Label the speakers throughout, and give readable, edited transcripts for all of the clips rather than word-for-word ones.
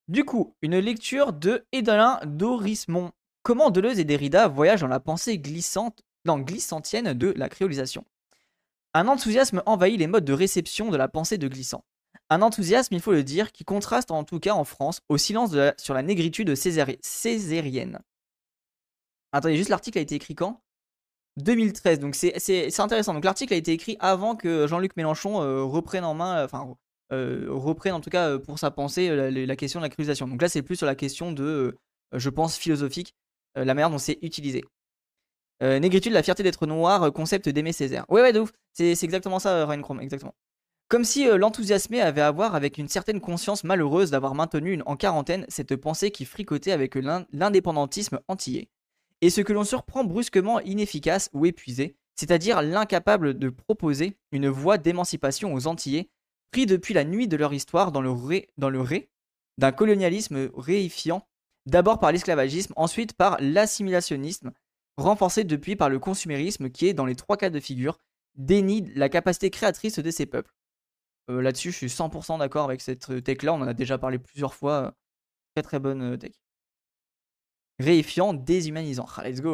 Speaker 1: Du coup, une lecture de Édalin Dorismond. Comment Deleuze et Derrida voyagent dans la pensée glissante, non, glissantienne de la créolisation. Un enthousiasme envahit les modes de réception de la pensée de Glissant. Un enthousiasme, il faut le dire, qui contraste en tout cas en France au silence sur la négritude césarienne. Attendez, juste l'article a été écrit quand? 2013, donc c'est intéressant. Donc l'article a été écrit avant que Jean-Luc Mélenchon reprenne en main, reprenne en tout cas pour sa pensée la question de la créolisation. Donc là, c'est plus sur la question de, je pense, philosophique, la manière dont c'est utilisé. Négritude, la fierté d'être noir, concept d'Aimé Césaire. Ouais, de ouf. C'est exactement ça, Ryan Chrome, exactement. Comme si l'enthousiasmé avait à voir avec une certaine conscience malheureuse d'avoir maintenu en quarantaine cette pensée qui fricotait avec l'indépendantisme antillais. Et ce que l'on surprend brusquement inefficace ou épuisé, c'est-à-dire l'incapable de proposer une voie d'émancipation aux Antillais, pris depuis la nuit de leur histoire dans le ré d'un colonialisme réifiant, d'abord par l'esclavagisme, ensuite par l'assimilationnisme, renforcé depuis par le consumérisme qui est, dans les trois cas de figure, dénie la capacité créatrice de ces peuples. Là-dessus, je suis 100% d'accord avec cette tech-là, on en a déjà parlé plusieurs fois. Très très bonne tech. Réifiant, déshumanisant. Ah, let's go.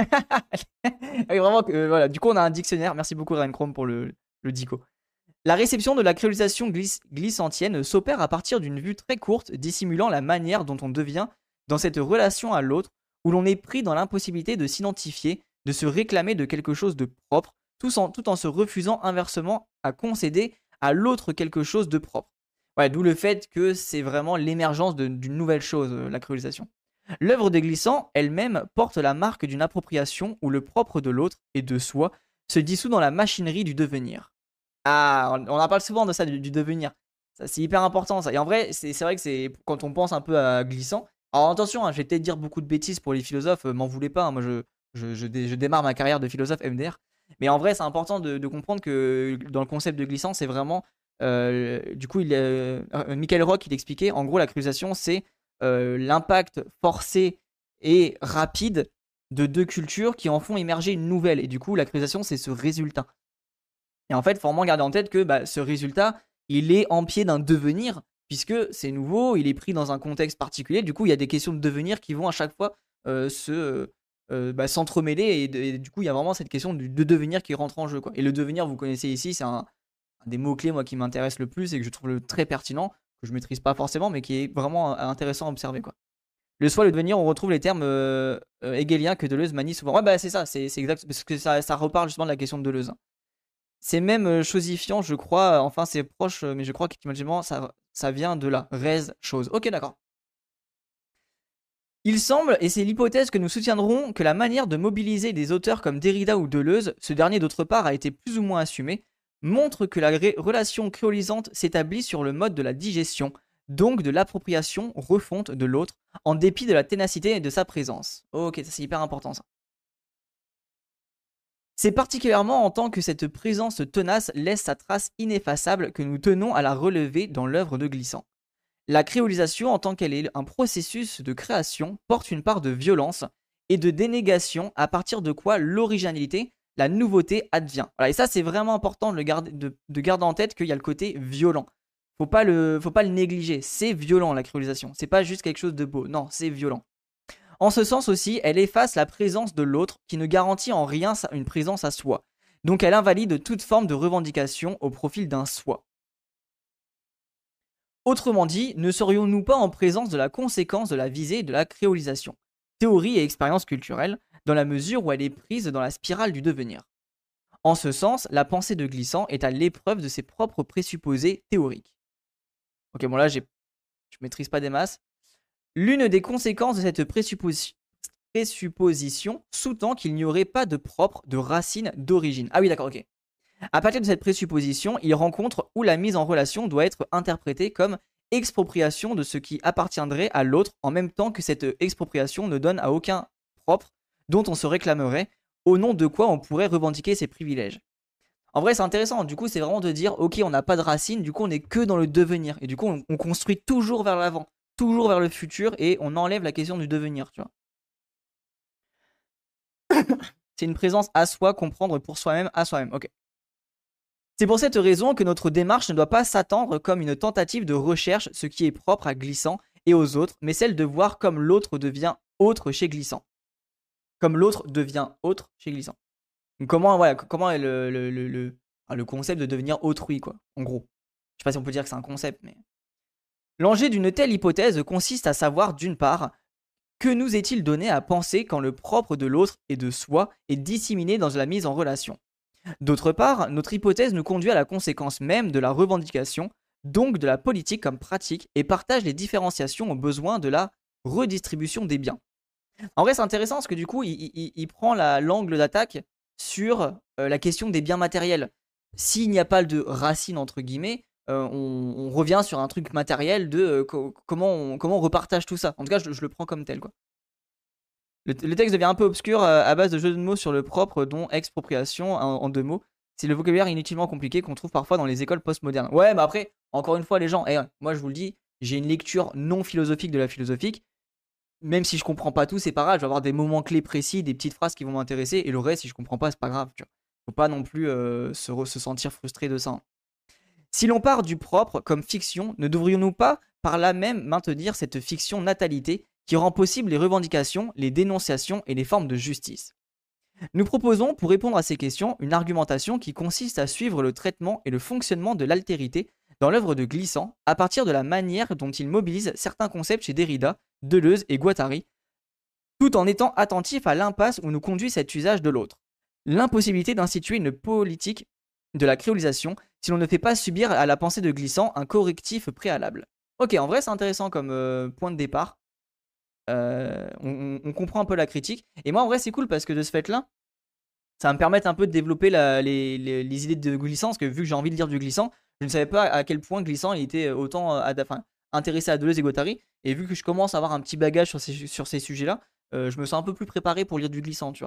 Speaker 1: Oui, vraiment, voilà. Du coup, on a un dictionnaire. Merci beaucoup, Ryan Chrome, pour le dico. La réception de la créolisation glissantienne s'opère à partir d'une vue très courte, dissimulant la manière dont on devient dans cette relation à l'autre, où l'on est pris dans l'impossibilité de s'identifier, de se réclamer de quelque chose de propre, tout en se refusant inversement à concéder à l'autre quelque chose de propre. Ouais, d'où le fait que c'est vraiment l'émergence d'une nouvelle chose, la créolisation. L'œuvre des glissants elle-même porte la marque d'une appropriation où le propre de l'autre et de soi se dissout dans la machinerie du devenir. Ah, on en parle souvent de ça, du devenir. Ça, c'est hyper important, ça. Et en vrai, c'est vrai que c'est quand on pense un peu à glissant. Alors attention, hein, je vais peut-être dire beaucoup de bêtises pour les philosophes, m'en voulez pas. Hein, moi, je démarre ma carrière de philosophe MDR. Mais en vrai, c'est important de comprendre que dans le concept de glissant, c'est vraiment. Du coup, Michael Rock, il expliquait, en gros, la créolisation, c'est l'impact forcé et rapide de deux cultures qui en font émerger une nouvelle. Et du coup, la créolisation, c'est ce résultat. Et en fait, il faut vraiment garder en tête que ce résultat, il est en pied d'un devenir, puisque c'est nouveau, il est pris dans un contexte particulier. Du coup, il y a des questions de devenir qui vont à chaque fois s'entremêler. Et du coup, il y a vraiment cette question de devenir qui rentre en jeu, quoi. Et le devenir, vous connaissez ici, c'est un des mots-clés, moi, qui m'intéresse le plus et que je trouve très pertinent, que je maîtrise pas forcément, mais qui est vraiment intéressant à observer, quoi. Le soi, le devenir, on retrouve les termes hegeliens que Deleuze manie souvent. Ouais, bah c'est ça, c'est exact, parce que ça reparle justement de la question de Deleuze. C'est même chosifiant, je crois. Enfin, c'est proche, mais je crois qu'étymologiquement, ça vient de là. Res, chose. Ok, d'accord. Il semble, et c'est l'hypothèse que nous soutiendrons, que la manière de mobiliser des auteurs comme Derrida ou Deleuze, ce dernier d'autre part a été plus ou moins assumé, montre que la relation créolisante s'établit sur le mode de la digestion, donc de l'appropriation refonte de l'autre, en dépit de la ténacité de sa présence. Ok, ça c'est hyper important ça. C'est particulièrement en tant que cette présence tenace laisse sa trace ineffaçable que nous tenons à la relever dans l'œuvre de Glissant. La créolisation, en tant qu'elle est un processus de création, porte une part de violence et de dénégation à partir de quoi l'originalité, la nouveauté advient. Voilà, et ça, c'est vraiment important de garder en tête qu'il y a le côté violent. Faut pas le négliger. C'est violent, la créolisation. C'est pas juste quelque chose de beau. Non, c'est violent. En ce sens aussi, elle efface la présence de l'autre qui ne garantit en rien une présence à soi. Donc elle invalide toute forme de revendication au profil d'un soi. Autrement dit, ne serions-nous pas en présence de la conséquence de la visée de la créolisation, théorie et expérience culturelle, dans la mesure où elle est prise dans la spirale du devenir. En ce sens, la pensée de Glissant est à l'épreuve de ses propres présupposés théoriques. Ok, bon là, je maîtrise pas des masses. L'une des conséquences de cette présupposition sous-tend qu'il n'y aurait pas de propre, de racine, d'origine. Ah oui, d'accord, ok. À partir de cette présupposition, il rencontre où la mise en relation doit être interprétée comme expropriation de ce qui appartiendrait à l'autre, en même temps que cette expropriation ne donne à aucun propre dont on se réclamerait, au nom de quoi on pourrait revendiquer ses privilèges. En vrai, c'est intéressant. Du coup, c'est vraiment de dire, ok, on n'a pas de racine, du coup, on n'est que dans le devenir. Et du coup, on construit toujours vers l'avant, toujours vers le futur, et on enlève la question du devenir, tu vois. C'est une présence à soi, comprendre pour soi-même, à soi-même. Ok. C'est pour cette raison que notre démarche ne doit pas s'attendre comme une tentative de recherche, ce qui est propre à Glissant, et aux autres, mais celle de voir comme l'autre devient autre chez Glissant. Comme l'autre devient autre chez Glissant. Donc comment est le concept de devenir autrui, quoi, en gros. Je sais pas si on peut dire que c'est un concept, mais... L'enjeu d'une telle hypothèse consiste à savoir, d'une part, que nous est-il donné à penser quand le propre de l'autre et de soi est disséminé dans la mise en relation. D'autre part, notre hypothèse nous conduit à la conséquence même de la revendication, donc de la politique comme pratique, et partage les différenciations aux besoins de la redistribution des biens. En vrai, c'est intéressant parce que du coup, il prend l'angle d'attaque sur la question des biens matériels. S'il n'y a pas de racine, entre guillemets, on revient sur un truc matériel de comment on repartage tout ça. En tout cas, je le prends comme tel, quoi. Le texte devient un peu obscur à base de jeux de mots sur le propre, dont expropriation en deux mots. C'est le vocabulaire inutilement compliqué qu'on trouve parfois dans les écoles postmodernes. Ouais, mais après, encore une fois, les gens, moi je vous le dis, j'ai une lecture non philosophique de la philosophique. Même si je comprends pas tout, c'est pas grave. Je vais avoir des moments clés précis, des petites phrases qui vont m'intéresser. Et le reste, si je comprends pas, c'est pas grave. Tu vois. Faut pas non plus se sentir frustré de ça, hein. Si l'on part du propre comme fiction, ne devrions-nous pas par là même maintenir cette fiction natalité qui rend possible les revendications, les dénonciations et les formes de justice? Nous proposons, pour répondre à ces questions, une argumentation qui consiste à suivre le traitement et le fonctionnement de l'altérité dans l'œuvre de Glissant à partir de la manière dont il mobilise certains concepts chez Derrida, Deleuze et Guattari, tout en étant attentif à l'impasse où nous conduit cet usage de l'autre. L'impossibilité d'instituer une politique de la créolisation si l'on ne fait pas subir à la pensée de Glissant un correctif préalable. Ok, en vrai c'est intéressant comme point de départ. On comprend un peu la critique. Et moi en vrai c'est cool parce que de ce fait-là, ça va me permettre un peu de développer les idées de Glissant, parce que vu que j'ai envie de lire du Glissant, je ne savais pas à quel point Glissant il était autant intéressé à Deleuze et Guattari. Et vu que je commence à avoir un petit bagage sur ces sujets-là, je me sens un peu plus préparé pour lire du Glissant, tu vois.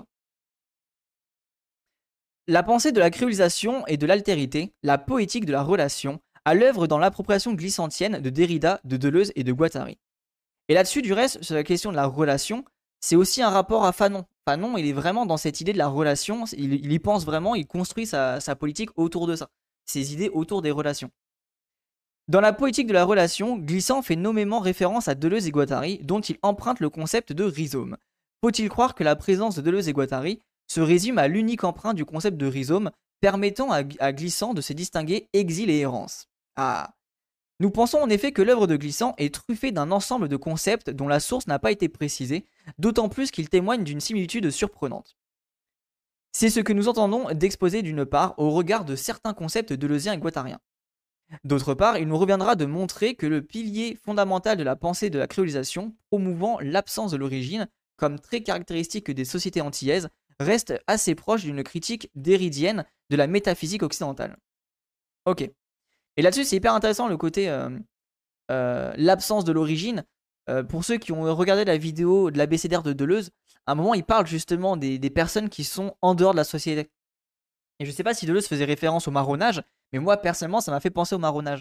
Speaker 1: La pensée de la créolisation et de l'altérité, la poétique de la relation, à l'œuvre dans l'appropriation glissantienne de Derrida, de Deleuze et de Guattari. Et là-dessus, du reste, sur la question de la relation, c'est aussi un rapport à Fanon. Fanon, il est vraiment dans cette idée de la relation, il y pense vraiment, il construit sa politique autour de ça, ses idées autour des relations. Dans la poétique de la relation, Glissant fait nommément référence à Deleuze et Guattari, dont il emprunte le concept de rhizome. Faut-il croire que la présence de Deleuze et Guattari se résume à l'unique emprunt du concept de rhizome, permettant à Glissant de se distinguer exil et errance? Ah. Nous pensons en effet que l'œuvre de Glissant est truffée d'un ensemble de concepts dont la source n'a pas été précisée, d'autant plus qu'il témoigne d'une similitude surprenante. C'est ce que nous entendons d'exposer d'une part au regard de certains concepts deleuziens et guattariens. D'autre part, il nous reviendra de montrer que le pilier fondamental de la pensée de la créolisation, promouvant l'absence de l'origine, comme très caractéristique des sociétés antillaises, reste assez proche d'une critique déridienne de la métaphysique occidentale. Ok. Et là-dessus, c'est hyper intéressant le côté l'absence de l'origine. Pour ceux qui ont regardé la vidéo de l'abécédaire de Deleuze, à un moment, il parle justement des personnes qui sont en dehors de la société. Et je sais pas si Deleuze faisait référence au marronnage, mais moi, personnellement, ça m'a fait penser au marronnage.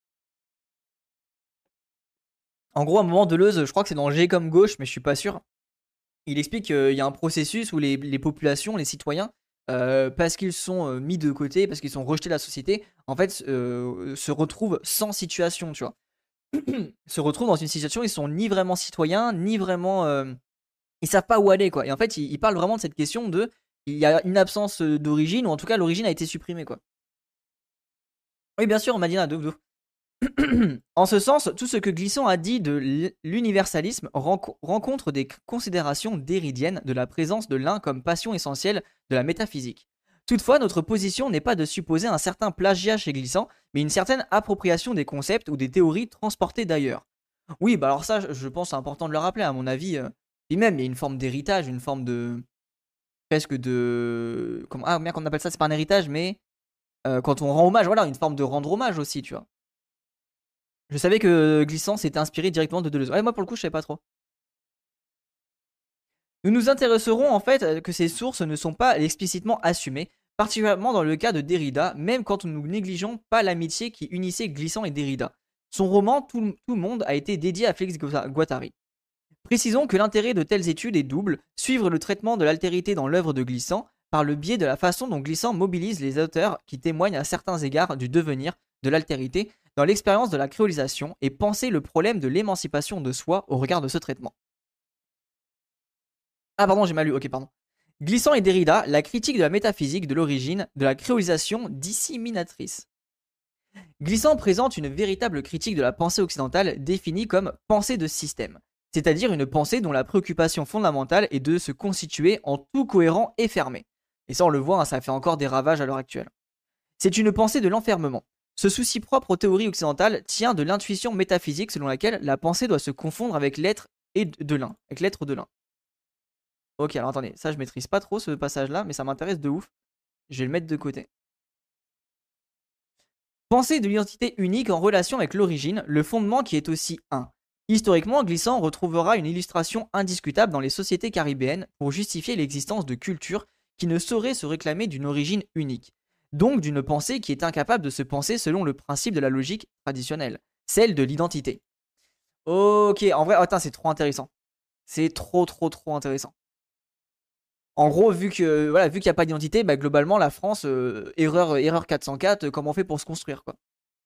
Speaker 1: En gros, à un moment, Deleuze, je crois que c'est dans G comme gauche, mais je suis pas sûr. Il explique qu'il y a un processus où les populations, les citoyens, parce qu'ils sont mis de côté, parce qu'ils sont rejetés de la société, en fait, se retrouvent sans situation, tu vois. Se retrouvent dans une situation où ils sont ni vraiment citoyens, ni vraiment... ils savent pas où aller, quoi. Et en fait, il parle vraiment de cette question de... Il y a une absence d'origine, ou en tout cas, l'origine a été supprimée, quoi. Oui, bien sûr, Madina, de ouf. En ce sens, tout ce que Glissant a dit de l'universalisme rencontre des considérations déridiennes de la présence de l'un comme passion essentielle de la métaphysique. Toutefois, notre position n'est pas de supposer un certain plagiat chez Glissant, mais une certaine appropriation des concepts ou des théories transportées d'ailleurs. Oui, bah alors ça, je pense c'est important de le rappeler, à mon avis. Et même, il y a une forme d'héritage, une forme de... presque de... Ah, merde, qu'on appelle ça, c'est pas un héritage, mais... quand on rend hommage, voilà, une forme de rendre hommage aussi, tu vois. Je savais que Glissant s'était inspiré directement de Deleuze. Ouais, moi pour le coup, je savais pas trop. Nous nous intéresserons en fait que ces sources ne sont pas explicitement assumées, particulièrement dans le cas de Derrida, même quand nous négligeons pas l'amitié qui unissait Glissant et Derrida. Son roman Tout le monde a été dédié à Félix Guattari. Précisons que l'intérêt de telles études est double, suivre le traitement de l'altérité dans l'œuvre de Glissant, par le biais de la façon dont Glissant mobilise les auteurs qui témoignent à certains égards du devenir, de l'altérité dans l'expérience de la créolisation et penser le problème de l'émancipation de soi au regard de ce traitement. Ah pardon, j'ai mal lu, ok pardon. Glissant et Derrida, la critique de la métaphysique de l'origine de la créolisation disséminatrice. Glissant présente une véritable critique de la pensée occidentale définie comme pensée de système, c'est-à-dire une pensée dont la préoccupation fondamentale est de se constituer en tout cohérent et fermé. Et ça on le voit, hein, ça fait encore des ravages à l'heure actuelle. C'est une pensée de l'enfermement. Ce souci propre aux théories occidentales tient de l'intuition métaphysique selon laquelle la pensée doit se confondre avec l'être et de l'un, avec l'être de l'un. Ok, alors attendez, ça je maîtrise pas trop ce passage-là, mais ça m'intéresse de ouf. Je vais le mettre de côté. Pensée de l'identité unique en relation avec l'origine, le fondement qui est aussi un. Historiquement, Glissant retrouvera une illustration indiscutable dans les sociétés caribéennes pour justifier l'existence de cultures qui ne sauraient se réclamer d'une origine unique. Donc d'une pensée qui est incapable de se penser selon le principe de la logique traditionnelle, celle de l'identité. Ok, en vrai, attends, c'est trop intéressant. C'est trop intéressant. En gros, vu que voilà, vu qu'il n'y a pas d'identité, bah, globalement, la France, erreur 404, comment on fait pour se construire, quoi.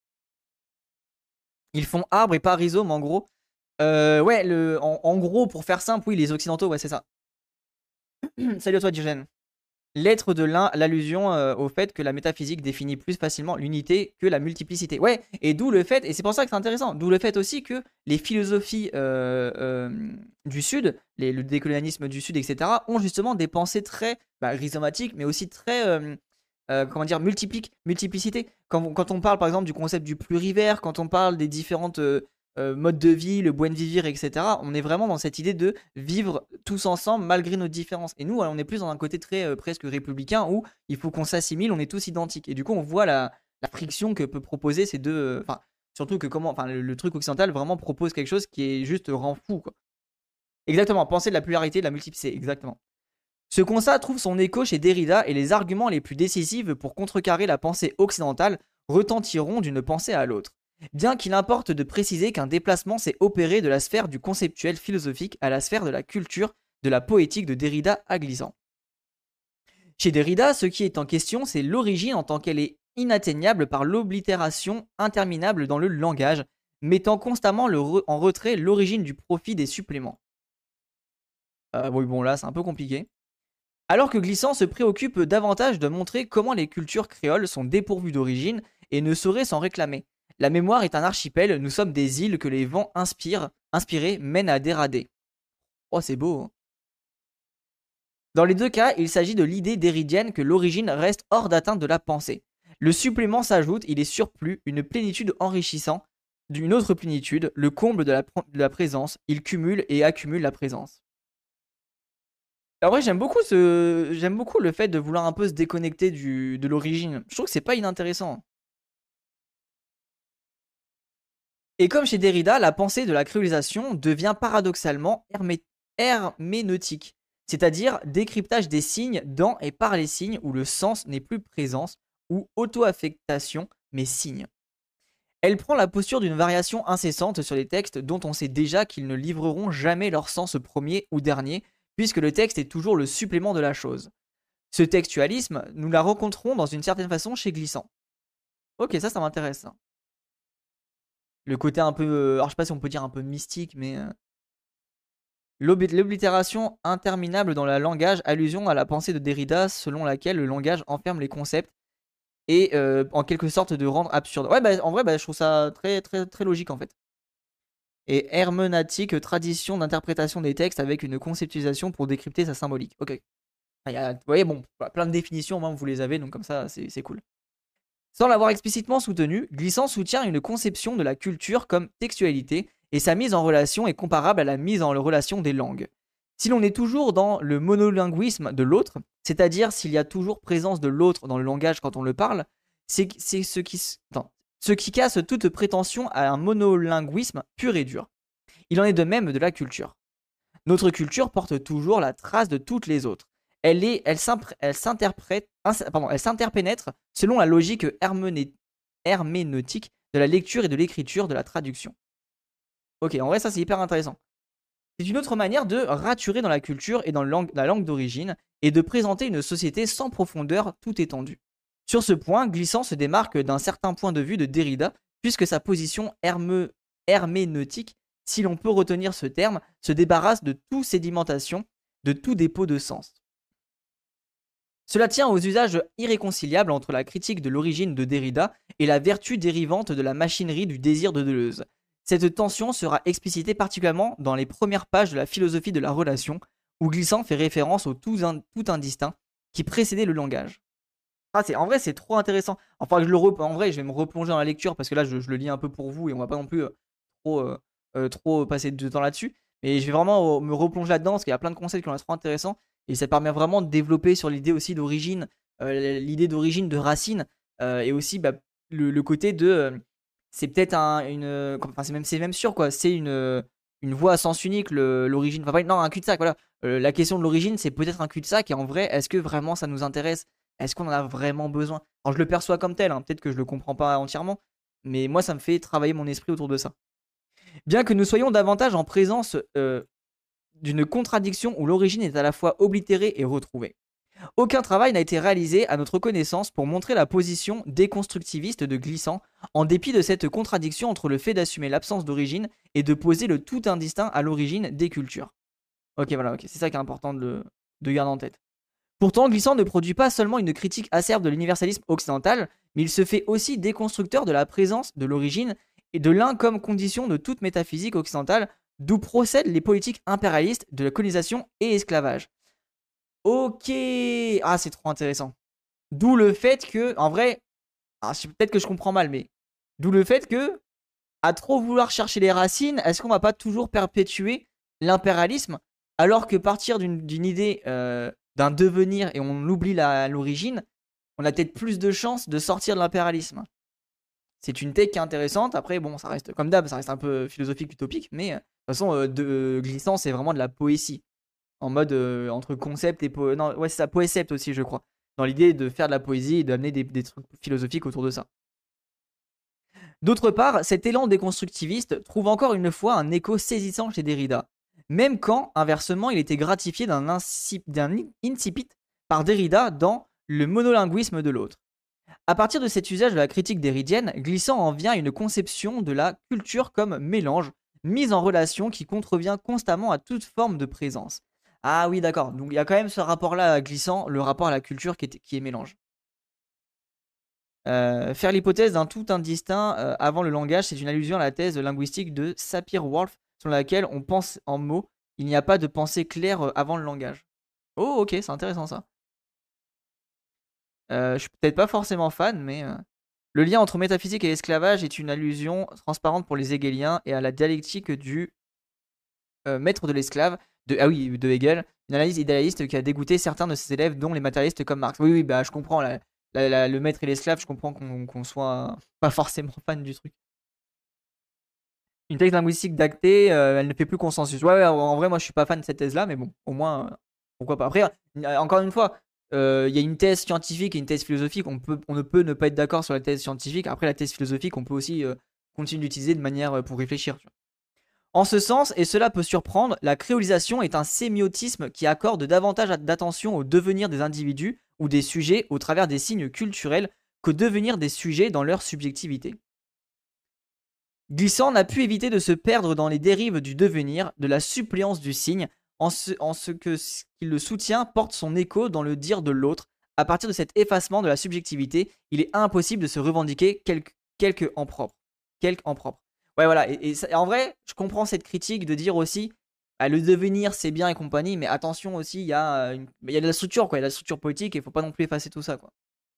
Speaker 1: Ils font arbre et pas rhizome, en gros. Ouais, en gros, pour faire simple, oui, les Occidentaux, ouais, c'est ça. Salut à toi, Diogène. L'être de l'un, l'allusion au fait que la métaphysique définit plus facilement l'unité que la multiplicité. Ouais, et d'où le fait, et c'est pour ça que c'est intéressant, d'où le fait aussi que les philosophies du Sud, le décolonialisme du Sud, etc., ont justement des pensées très rhizomatiques, mais aussi très, comment dire, multiplicité. Quand on parle par exemple du concept du plurivers, quand on parle des différentes modes de vie, le buen vivir, etc., on est vraiment dans cette idée de vivre tous ensemble malgré nos différences. Et nous, on est plus dans un côté très presque républicain où il faut qu'on s'assimile, on est tous identiques. Et du coup, on voit la friction que peut proposer ces deux. Enfin, surtout que le truc occidental vraiment propose quelque chose qui est juste rend fou, quoi. Exactement, penser de la pluralité, de la multiplicité, exactement. Ce constat trouve son écho chez Derrida et les arguments les plus décisifs pour contrecarrer la pensée occidentale retentiront d'une pensée à l'autre. Bien qu'il importe de préciser qu'un déplacement s'est opéré de la sphère du conceptuel philosophique à la sphère de la culture, de la poétique de Derrida à Glissant. Chez Derrida, ce qui est en question, c'est l'origine en tant qu'elle est inatteignable par l'oblitération interminable dans le langage, mettant constamment en retrait l'origine du profit des suppléments. Oui, bon, là, c'est un peu compliqué. Alors que Glissant se préoccupe davantage de montrer comment les cultures créoles sont dépourvues d'origine et ne sauraient s'en réclamer. La mémoire est un archipel, nous sommes des îles que les vents inspirés mènent à dérader. Oh, c'est beau, hein. Dans les deux cas, il s'agit de l'idée déridienne que l'origine reste hors d'atteinte de la pensée. Le supplément s'ajoute, il est surplus, une plénitude enrichissant d'une autre plénitude, le comble de la présence, il cumule et accumule la présence. En vrai, j'aime beaucoup le fait de vouloir un peu se déconnecter de l'origine. Je trouve que c'est pas inintéressant. Et comme chez Derrida, la pensée de la créolisation devient paradoxalement herméneutique, c'est-à-dire décryptage des signes dans et par les signes où le sens n'est plus présence ou auto-affectation, mais signe. Elle prend la posture d'une variation incessante sur les textes dont on sait déjà qu'ils ne livreront jamais leur sens premier ou dernier, puisque le texte est toujours le supplément de la chose. Ce textualisme, nous la rencontrons dans une certaine façon chez Glissant. Ok, ça m'intéresse. Ça. Le côté un peu, alors je sais pas si on peut dire un peu mystique, mais l'oblitération interminable dans le langage, allusion à la pensée de Derrida selon laquelle le langage enferme les concepts et en quelque sorte de rendre absurde. Ouais, bah, en vrai, bah, je trouve ça très logique en fait. Et herméneutique, tradition d'interprétation des textes avec une conceptualisation pour décrypter sa symbolique. Ok. Vous voyez, bon, plein de définitions, vous les avez, donc comme ça, c'est cool. Sans l'avoir explicitement soutenu, Glissant soutient une conception de la culture comme textualité, et sa mise en relation est comparable à la mise en relation des langues. Si l'on est toujours dans le monolinguisme de l'autre, c'est-à-dire s'il y a toujours présence de l'autre dans le langage quand on le parle, c'est ce qui casse toute prétention à un monolinguisme pur et dur. Il en est de même de la culture. Notre culture porte toujours la trace de toutes les autres. Elle s'interpénètre selon la logique herméneutique de la lecture et de l'écriture de la traduction. Ok, en vrai, ça c'est hyper intéressant. C'est une autre manière de raturer dans la culture et dans la langue d'origine et de présenter une société sans profondeur tout étendue. Sur ce point, Glissant se démarque d'un certain point de vue de Derrida, puisque sa position herméneutique, si l'on peut retenir ce terme, se débarrasse de toute sédimentation, de tout dépôt de sens. Cela tient aux usages irréconciliables entre la critique de l'origine de Derrida et la vertu dérivante de la machinerie du désir de Deleuze. Cette tension sera explicitée particulièrement dans les premières pages de la philosophie de la relation, où Glissant fait référence au tout indistinct qui précédait le langage. En vrai, c'est trop intéressant. Enfin, en vrai, je vais me replonger dans la lecture parce que là, je le lis un peu pour vous et on va pas non plus trop passer de temps là-dessus. Mais je vais vraiment me replonger là-dedans parce qu'il y a plein de concepts qui sont trop intéressants et ça permet vraiment de développer sur l'idée aussi d'origine, l'idée d'origine de racine et aussi le côté de. C'est peut-être enfin, c'est même sûr quoi. C'est une voie à sens unique, l'origine. Enfin, non, un cul-de-sac, voilà. La question de l'origine, c'est peut-être un cul-de-sac et en vrai, est-ce que vraiment ça nous intéresse? Est-ce qu'on en a vraiment besoin? Alors, je le perçois comme tel, hein, peut-être que je le comprends pas entièrement, mais moi, ça me fait travailler mon esprit autour de ça. Bien que nous soyons davantage en présence d'une contradiction où l'origine est à la fois oblitérée et retrouvée. Aucun travail n'a été réalisé à notre connaissance pour montrer la position déconstructiviste de Glissant, en dépit de cette contradiction entre le fait d'assumer l'absence d'origine et de poser le tout indistinct à l'origine des cultures. Ok, voilà, ok, c'est ça qui est important de garder en tête. Pourtant, Glissant ne produit pas seulement une critique acerbe de l'universalisme occidental, mais il se fait aussi déconstructeur de la présence de l'origine et de l'un comme condition de toute métaphysique occidentale, d'où procèdent les politiques impérialistes de la colonisation et esclavage. Ok, ah c'est trop intéressant. D'où le fait que, en vrai, peut-être que je comprends mal, mais d'où le fait que, à trop vouloir chercher les racines, est-ce qu'on va pas toujours perpétuer l'impérialisme alors que partir d'une idée d'un devenir et on oublie l'origine, on a peut-être plus de chances de sortir de l'impérialisme. C'est une tech qui est intéressante. Après, bon, ça reste comme d'hab, ça reste un peu philosophique, utopique, mais de toute façon, Glissant, c'est vraiment de la poésie. En mode entre concept et non, ouais, c'est ça, poécept aussi, je crois. Dans l'idée de faire de la poésie et d'amener des trucs philosophiques autour de ça. D'autre part, cet élan déconstructiviste trouve encore une fois un écho saisissant chez Derrida, même quand, inversement, il était gratifié d'un incipit par Derrida dans le monolinguisme de l'autre. À partir de cet usage de la critique derridienne, Glissant en vient à une conception de la culture comme mélange, mise en relation qui contrevient constamment à toute forme de présence. Ah oui, d'accord, donc il y a quand même ce rapport-là Glissant, le rapport à la culture qui est mélange. Faire l'hypothèse d'un tout indistinct avant le langage, c'est une allusion à la thèse linguistique de Sapir-Whorf, selon laquelle on pense en mots, il n'y a pas de pensée claire avant le langage. Oh, ok, c'est intéressant ça. Je suis peut-être pas forcément fan, mais le lien entre métaphysique et esclavage est une allusion transparente pour les hegeliens et à la dialectique du maître de l'esclave, de Hegel, une analyse idéaliste qui a dégoûté certains de ses élèves, dont les matérialistes comme Marx. Oui, oui, bah je comprends, le maître et l'esclave, je comprends qu'on soit pas forcément fan du truc. Une thèse linguistique dactée, elle ne fait plus consensus. Ouais, en vrai, moi je suis pas fan de cette thèse-là, mais bon, au moins, pourquoi pas. Après, encore une fois, il y a une thèse scientifique et une thèse philosophique. On ne peut ne pas être d'accord sur la thèse scientifique. Après, la thèse philosophique, on peut aussi continuer d'utiliser de manière pour réfléchir. Tu vois. En ce sens, et cela peut surprendre, la créolisation est un sémiotisme qui accorde davantage d'attention au devenir des individus ou des sujets au travers des signes culturels qu'au devenir des sujets dans leur subjectivité. Glissant n'a pu éviter de se perdre dans les dérives du devenir, de la suppléance du signe, en ce que ce qui le soutient porte son écho dans le dire de l'autre. À partir de cet effacement de la subjectivité, il est impossible de se revendiquer quelque en propre. Ouais, voilà. En vrai, je comprends cette critique de dire aussi le devenir c'est bien et compagnie, mais attention aussi, il y a de la structure, quoi. Il y a de la structure politique et il faut pas non plus effacer tout ça, quoi.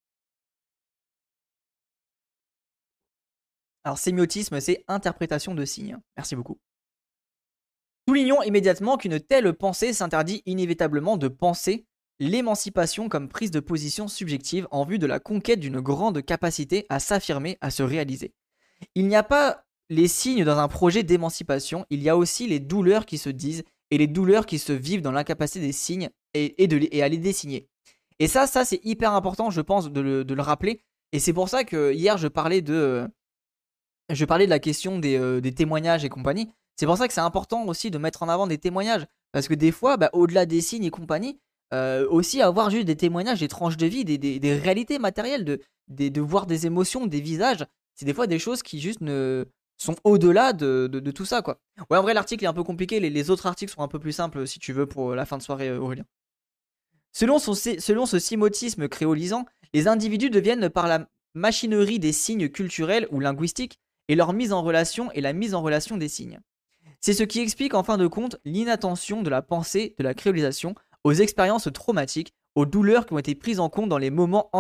Speaker 1: Alors, sémiotisme, c'est interprétation de signes. Merci beaucoup. Soulignons immédiatement qu'une telle pensée s'interdit inévitablement de penser l'émancipation comme prise de position subjective en vue de la conquête d'une grande capacité à s'affirmer, à se réaliser. Il n'y a pas les signes dans un projet d'émancipation, il y a aussi les douleurs qui se disent et les douleurs qui se vivent dans l'incapacité des signes et à les désigner. Et ça c'est hyper important, je pense, de le rappeler. Et c'est pour ça que hier, je parlais de la question des témoignages et compagnie. C'est pour ça que c'est important aussi de mettre en avant des témoignages. Parce que des fois, au-delà des signes et compagnie, Aussi avoir juste des témoignages, des tranches de vie, des réalités matérielles, de voir des émotions, des visages. C'est des fois des choses qui juste ne sont au-delà de tout ça, quoi. Ouais, en vrai, l'article est un peu compliqué. Les autres articles sont un peu plus simples, si tu veux, pour la fin de soirée, Aurélien. Selon ce simotisme créolisant, les individus deviennent par la machinerie des signes culturels ou linguistiques et leur mise en relation et la mise en relation des signes. C'est ce qui explique en fin de compte l'inattention de la pensée de la créolisation aux expériences traumatiques, aux douleurs qui ont été prises en compte dans les moments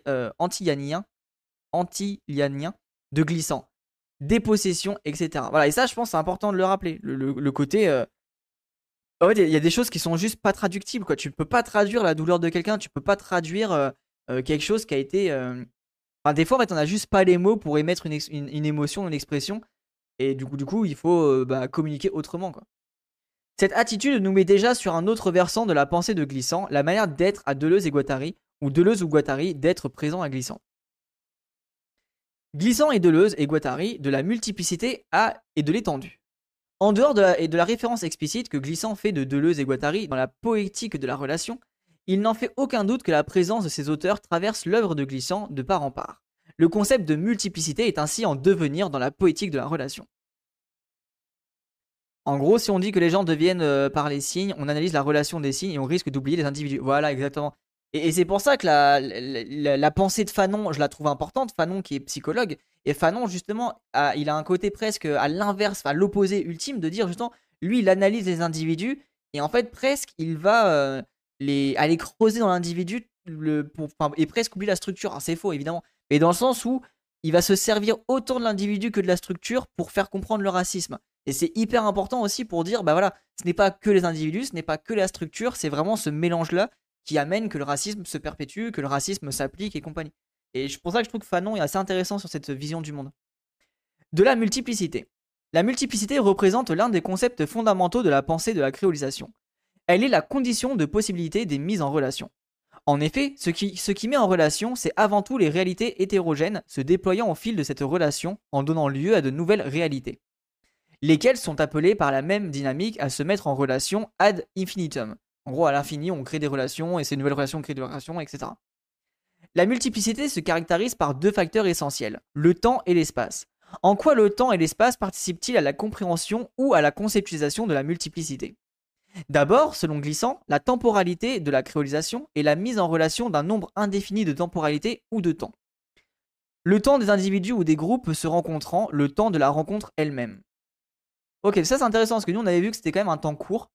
Speaker 1: antilianiens de glissant, dépossession, etc. Voilà, et ça, je pense, c'est important de le rappeler. Le côté. En fait, il y a des choses qui sont juste pas traductibles, quoi. Tu peux pas traduire la douleur de quelqu'un, tu peux pas traduire quelque chose qui a été. Enfin, des fois, en fait, on a juste pas les mots pour émettre une émotion, une expression. Et du coup, il faut communiquer autrement, quoi. Cette attitude nous met déjà sur un autre versant de la pensée de Glissant, la manière d'être à Deleuze et Guattari, ou Deleuze ou Guattari d'être présent à Glissant. Glissant et Deleuze et Guattari de la multiplicité et de l'étendue. En dehors de la référence explicite que Glissant fait de Deleuze et Guattari dans la poétique de la relation, il n'en fait aucun doute que la présence de ces auteurs traverse l'œuvre de Glissant de part en part. Le concept de multiplicité est ainsi en devenir dans la poétique de la relation. En gros, si on dit que les gens deviennent par les signes, on analyse la relation des signes et on risque d'oublier les individus. Voilà, exactement. Et c'est pour ça que la pensée de Fanon, je la trouve importante. Fanon qui est psychologue. Et Fanon, justement, il a un côté presque à l'inverse, à l'opposé ultime de dire justement, lui, il analyse les individus et en fait, presque, il va aller creuser dans l'individu et presque oublier la structure. Alors, c'est faux, évidemment. Mais dans le sens où il va se servir autant de l'individu que de la structure pour faire comprendre le racisme. Et c'est hyper important aussi pour dire, bah voilà, ce n'est pas que les individus, ce n'est pas que la structure, c'est vraiment ce mélange-là qui amène que le racisme se perpétue, que le racisme s'applique et compagnie. Et c'est pour ça que je trouve que Fanon est assez intéressant sur cette vision du monde. De la multiplicité. La multiplicité représente l'un des concepts fondamentaux de la pensée de la créolisation. Elle est la condition de possibilité des mises en relation. En effet, ce qui met en relation, c'est avant tout les réalités hétérogènes se déployant au fil de cette relation en donnant lieu à de nouvelles réalités, lesquelles sont appelées par la même dynamique à se mettre en relation ad infinitum. En gros, à l'infini, on crée des relations et ces nouvelles relations créent des relations, etc. La multiplicité se caractérise par deux facteurs essentiels, le temps et l'espace. En quoi le temps et l'espace participent-ils à la compréhension ou à la conceptualisation de la multiplicité? D'abord, selon Glissant, la temporalité de la créolisation est la mise en relation d'un nombre indéfini de temporalités ou de temps. Le temps des individus ou des groupes se rencontrant, le temps de la rencontre elle-même. Ok, ça c'est intéressant parce que nous on avait vu que c'était quand même un temps court.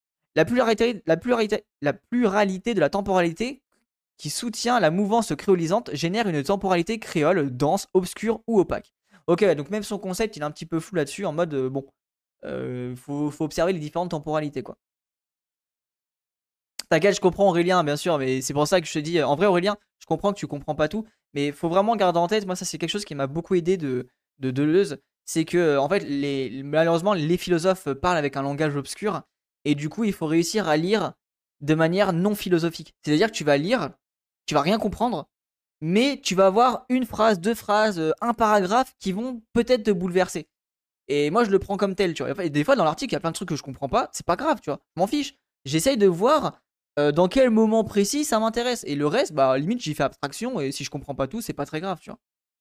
Speaker 1: La pluralité de la temporalité qui soutient la mouvance créolisante génère une temporalité créole dense, obscure ou opaque. Ok, donc même son concept il est un petit peu flou là-dessus en mode bon, faut observer les différentes temporalités quoi. T'inquiète, je comprends Aurélien, bien sûr, mais c'est pour ça que je te dis, en vrai Aurélien, je comprends que tu comprends pas tout, mais il faut vraiment garder en tête, moi ça c'est quelque chose qui m'a beaucoup aidé de Deleuze, c'est que en fait malheureusement les philosophes parlent avec un langage obscur, et du coup il faut réussir à lire de manière non philosophique. C'est-à-dire que tu vas lire, tu vas rien comprendre, mais tu vas avoir une phrase, deux phrases, un paragraphe qui vont peut-être te bouleverser. Et moi je le prends comme tel, tu vois. Et des fois dans l'article il y a plein de trucs que je comprends pas, c'est pas grave, tu vois, je m'en fiche. J'essaye de voir dans quel moment précis ça m'intéresse. Et le reste, bah limite j'y fais abstraction et si je comprends pas tout, c'est pas très grave, tu vois.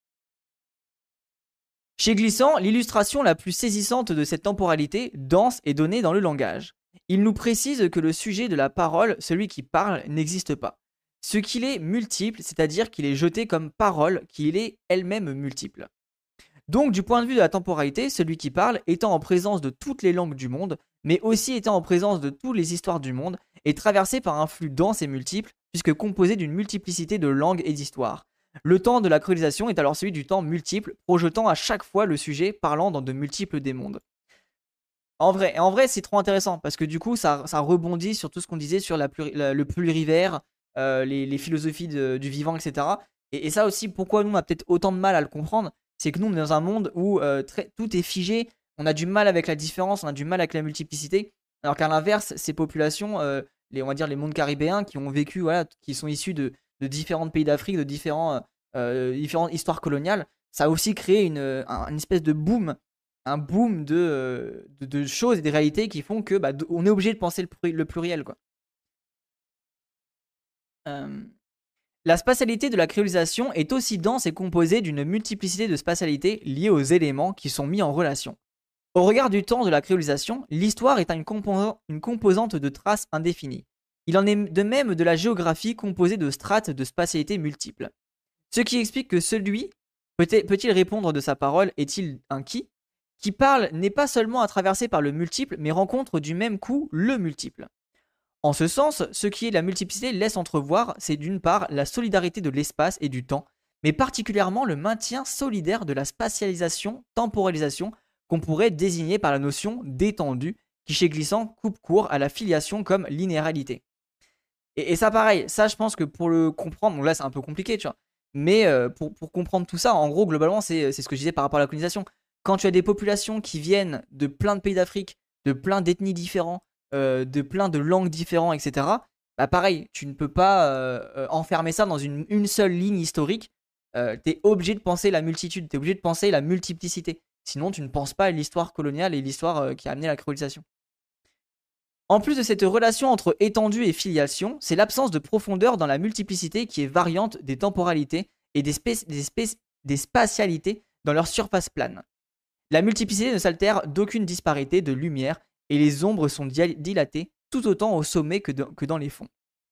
Speaker 1: Chez Glissant, l'illustration la plus saisissante de cette temporalité dense est donnée dans le langage. Il nous précise que le sujet de la parole, celui qui parle, n'existe pas. Ce qu'il est multiple, c'est-à-dire qu'il est jeté comme parole, qu'il est elle-même multiple. Donc, du point de vue de la temporalité, celui qui parle, étant en présence de toutes les langues du monde, mais aussi étant en présence de toutes les histoires du monde, est traversé par un flux dense et multiple, puisque composé d'une multiplicité de langues et d'histoires. Le temps de la colonisation est alors celui du temps multiple, projetant à chaque fois le sujet parlant dans de multiples des mondes. En vrai, c'est trop intéressant, parce que du coup, ça rebondit sur tout ce qu'on disait sur le plurivaire, les philosophies du vivant, etc. Et ça aussi, pourquoi nous, on a peut-être autant de mal à le comprendre, c'est que nous, on est dans un monde où tout est figé, on a du mal avec la différence, on a du mal avec la multiplicité, alors qu'à l'inverse, ces populations, on va dire les mondes caribéens, qui ont vécu, voilà, qui sont issus de différents pays d'Afrique, de différentes histoires coloniales, ça a aussi créé une espèce de boom, un boom de choses et des réalités qui font que on est obligé de penser le pluriel, quoi. Euh, la spatialité de la créolisation est aussi dense et composée d'une multiplicité de spatialités liées aux éléments qui sont mis en relation. Au regard du temps de la créolisation, l'histoire est une composante de traces indéfinies. Il en est de même de la géographie composée de strates de spatialité multiples. Ce qui explique que celui peut-il répondre de sa parole, est-il un qui parle n'est pas seulement à traverser par le multiple, mais rencontre du même coup le multiple. En ce sens, ce qui est la multiplicité laisse entrevoir, c'est d'une part la solidarité de l'espace et du temps, mais particulièrement le maintien solidaire de la spatialisation, temporalisation, qu'on pourrait désigner par la notion d'étendue, qui chez Glissant coupe court à la filiation comme linéarité. Et ça, pareil, ça, je pense que pour le comprendre, donc là, c'est un peu compliqué, tu vois. Mais pour comprendre tout ça, en gros, globalement, c'est ce que je disais par rapport à la colonisation. Quand tu as des populations qui viennent de plein de pays d'Afrique, de plein d'ethnies différents, de plein de langues différentes, etc., bah pareil, tu ne peux pas enfermer ça dans une seule ligne historique. Tu es obligé de penser la multitude, tu es obligé de penser la multiplicité. Sinon, tu ne penses pas à l'histoire coloniale et l'histoire qui a amené la colonisation. En plus de cette relation entre étendue et filiation, c'est l'absence de profondeur dans la multiplicité qui est variante des temporalités et des spatialités dans leur surface plane. La multiplicité ne s'altère d'aucune disparité de lumière et les ombres sont dilatées tout autant au sommet que dans les fonds.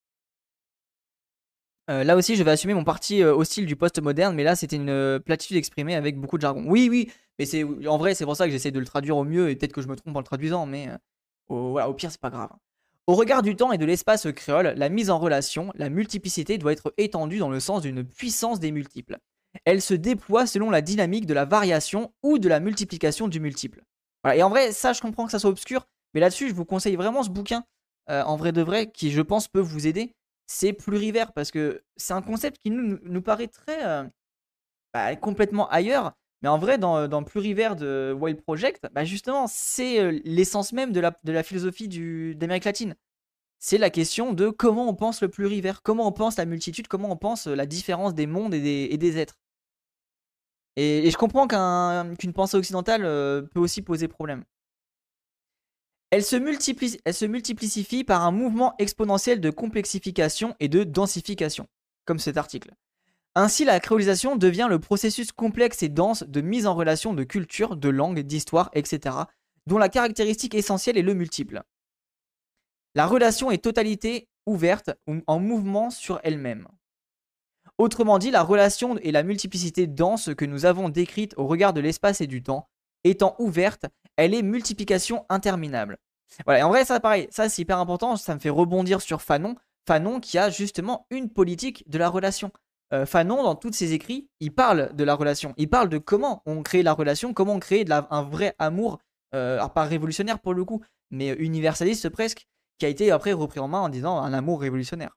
Speaker 1: Là aussi, je vais assumer mon parti hostile du post-moderne, mais là, c'était une platitude exprimée avec beaucoup de jargon. Oui, oui, mais en vrai, c'est pour ça que j'essaie de le traduire au mieux, et peut-être que je me trompe en le traduisant, mais voilà, au pire, c'est pas grave. Au regard du temps et de l'espace créole, la mise en relation, la multiplicité doit être étendue dans le sens d'une puissance des multiples. Elle se déploie selon la dynamique de la variation ou de la multiplication du multiple. Voilà. Et en vrai, ça, je comprends que ça soit obscur, mais là-dessus, je vous conseille vraiment ce bouquin, en vrai de vrai, qui, je pense, peut vous aider. C'est plurivers, parce que c'est un concept qui nous paraît très complètement ailleurs. Mais en vrai, dans Plurivers de Wild Project, bah justement, c'est l'essence même de la philosophie d'Amérique latine. C'est la question de comment on pense le plurivers, comment on pense la multitude, comment on pense la différence des mondes et des êtres. Et je comprends qu'une pensée occidentale peut aussi poser problème. Elle se multiplifie par un mouvement exponentiel de complexification et de densification, comme cet article. Ainsi, la créolisation devient le processus complexe et dense de mise en relation de culture, de langue, d'histoire, etc., dont la caractéristique essentielle est le multiple. La relation est totalité ouverte ou en mouvement sur elle-même. Autrement dit, la relation et la multiplicité dense que nous avons décrite au regard de l'espace et du temps, étant ouverte, elle est multiplication interminable. Voilà, et en vrai, ça, pareil, ça c'est hyper important, ça me fait rebondir sur Fanon. Fanon qui a justement une politique de la relation. Fanon, dans tous ses écrits, il parle de la relation. Il parle de comment on crée la relation, comment on crée un vrai amour, alors pas révolutionnaire pour le coup, mais universaliste presque, qui a été après repris en main en disant un amour révolutionnaire.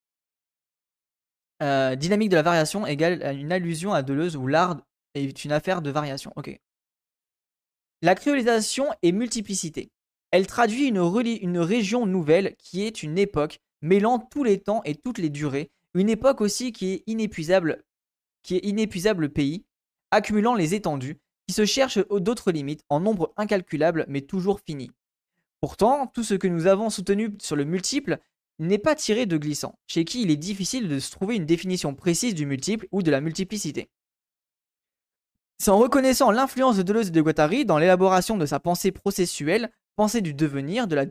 Speaker 1: Dynamique de la variation égale une allusion à Deleuze où l'art est une affaire de variation. Ok. La créolisation est multiplicité. Elle traduit une région nouvelle qui est une époque mêlant tous les temps et toutes les durées, une époque aussi qui est inépuisable pays, accumulant les étendues, qui se cherchent d'autres limites en nombre incalculable mais toujours fini. Pourtant, tout ce que nous avons soutenu sur le multiple n'est pas tiré de Glissant, chez qui il est difficile de se trouver une définition précise du multiple ou de la multiplicité. C'est en reconnaissant l'influence de Deleuze et de Guattari dans l'élaboration de sa pensée processuelle, pensée du devenir, de la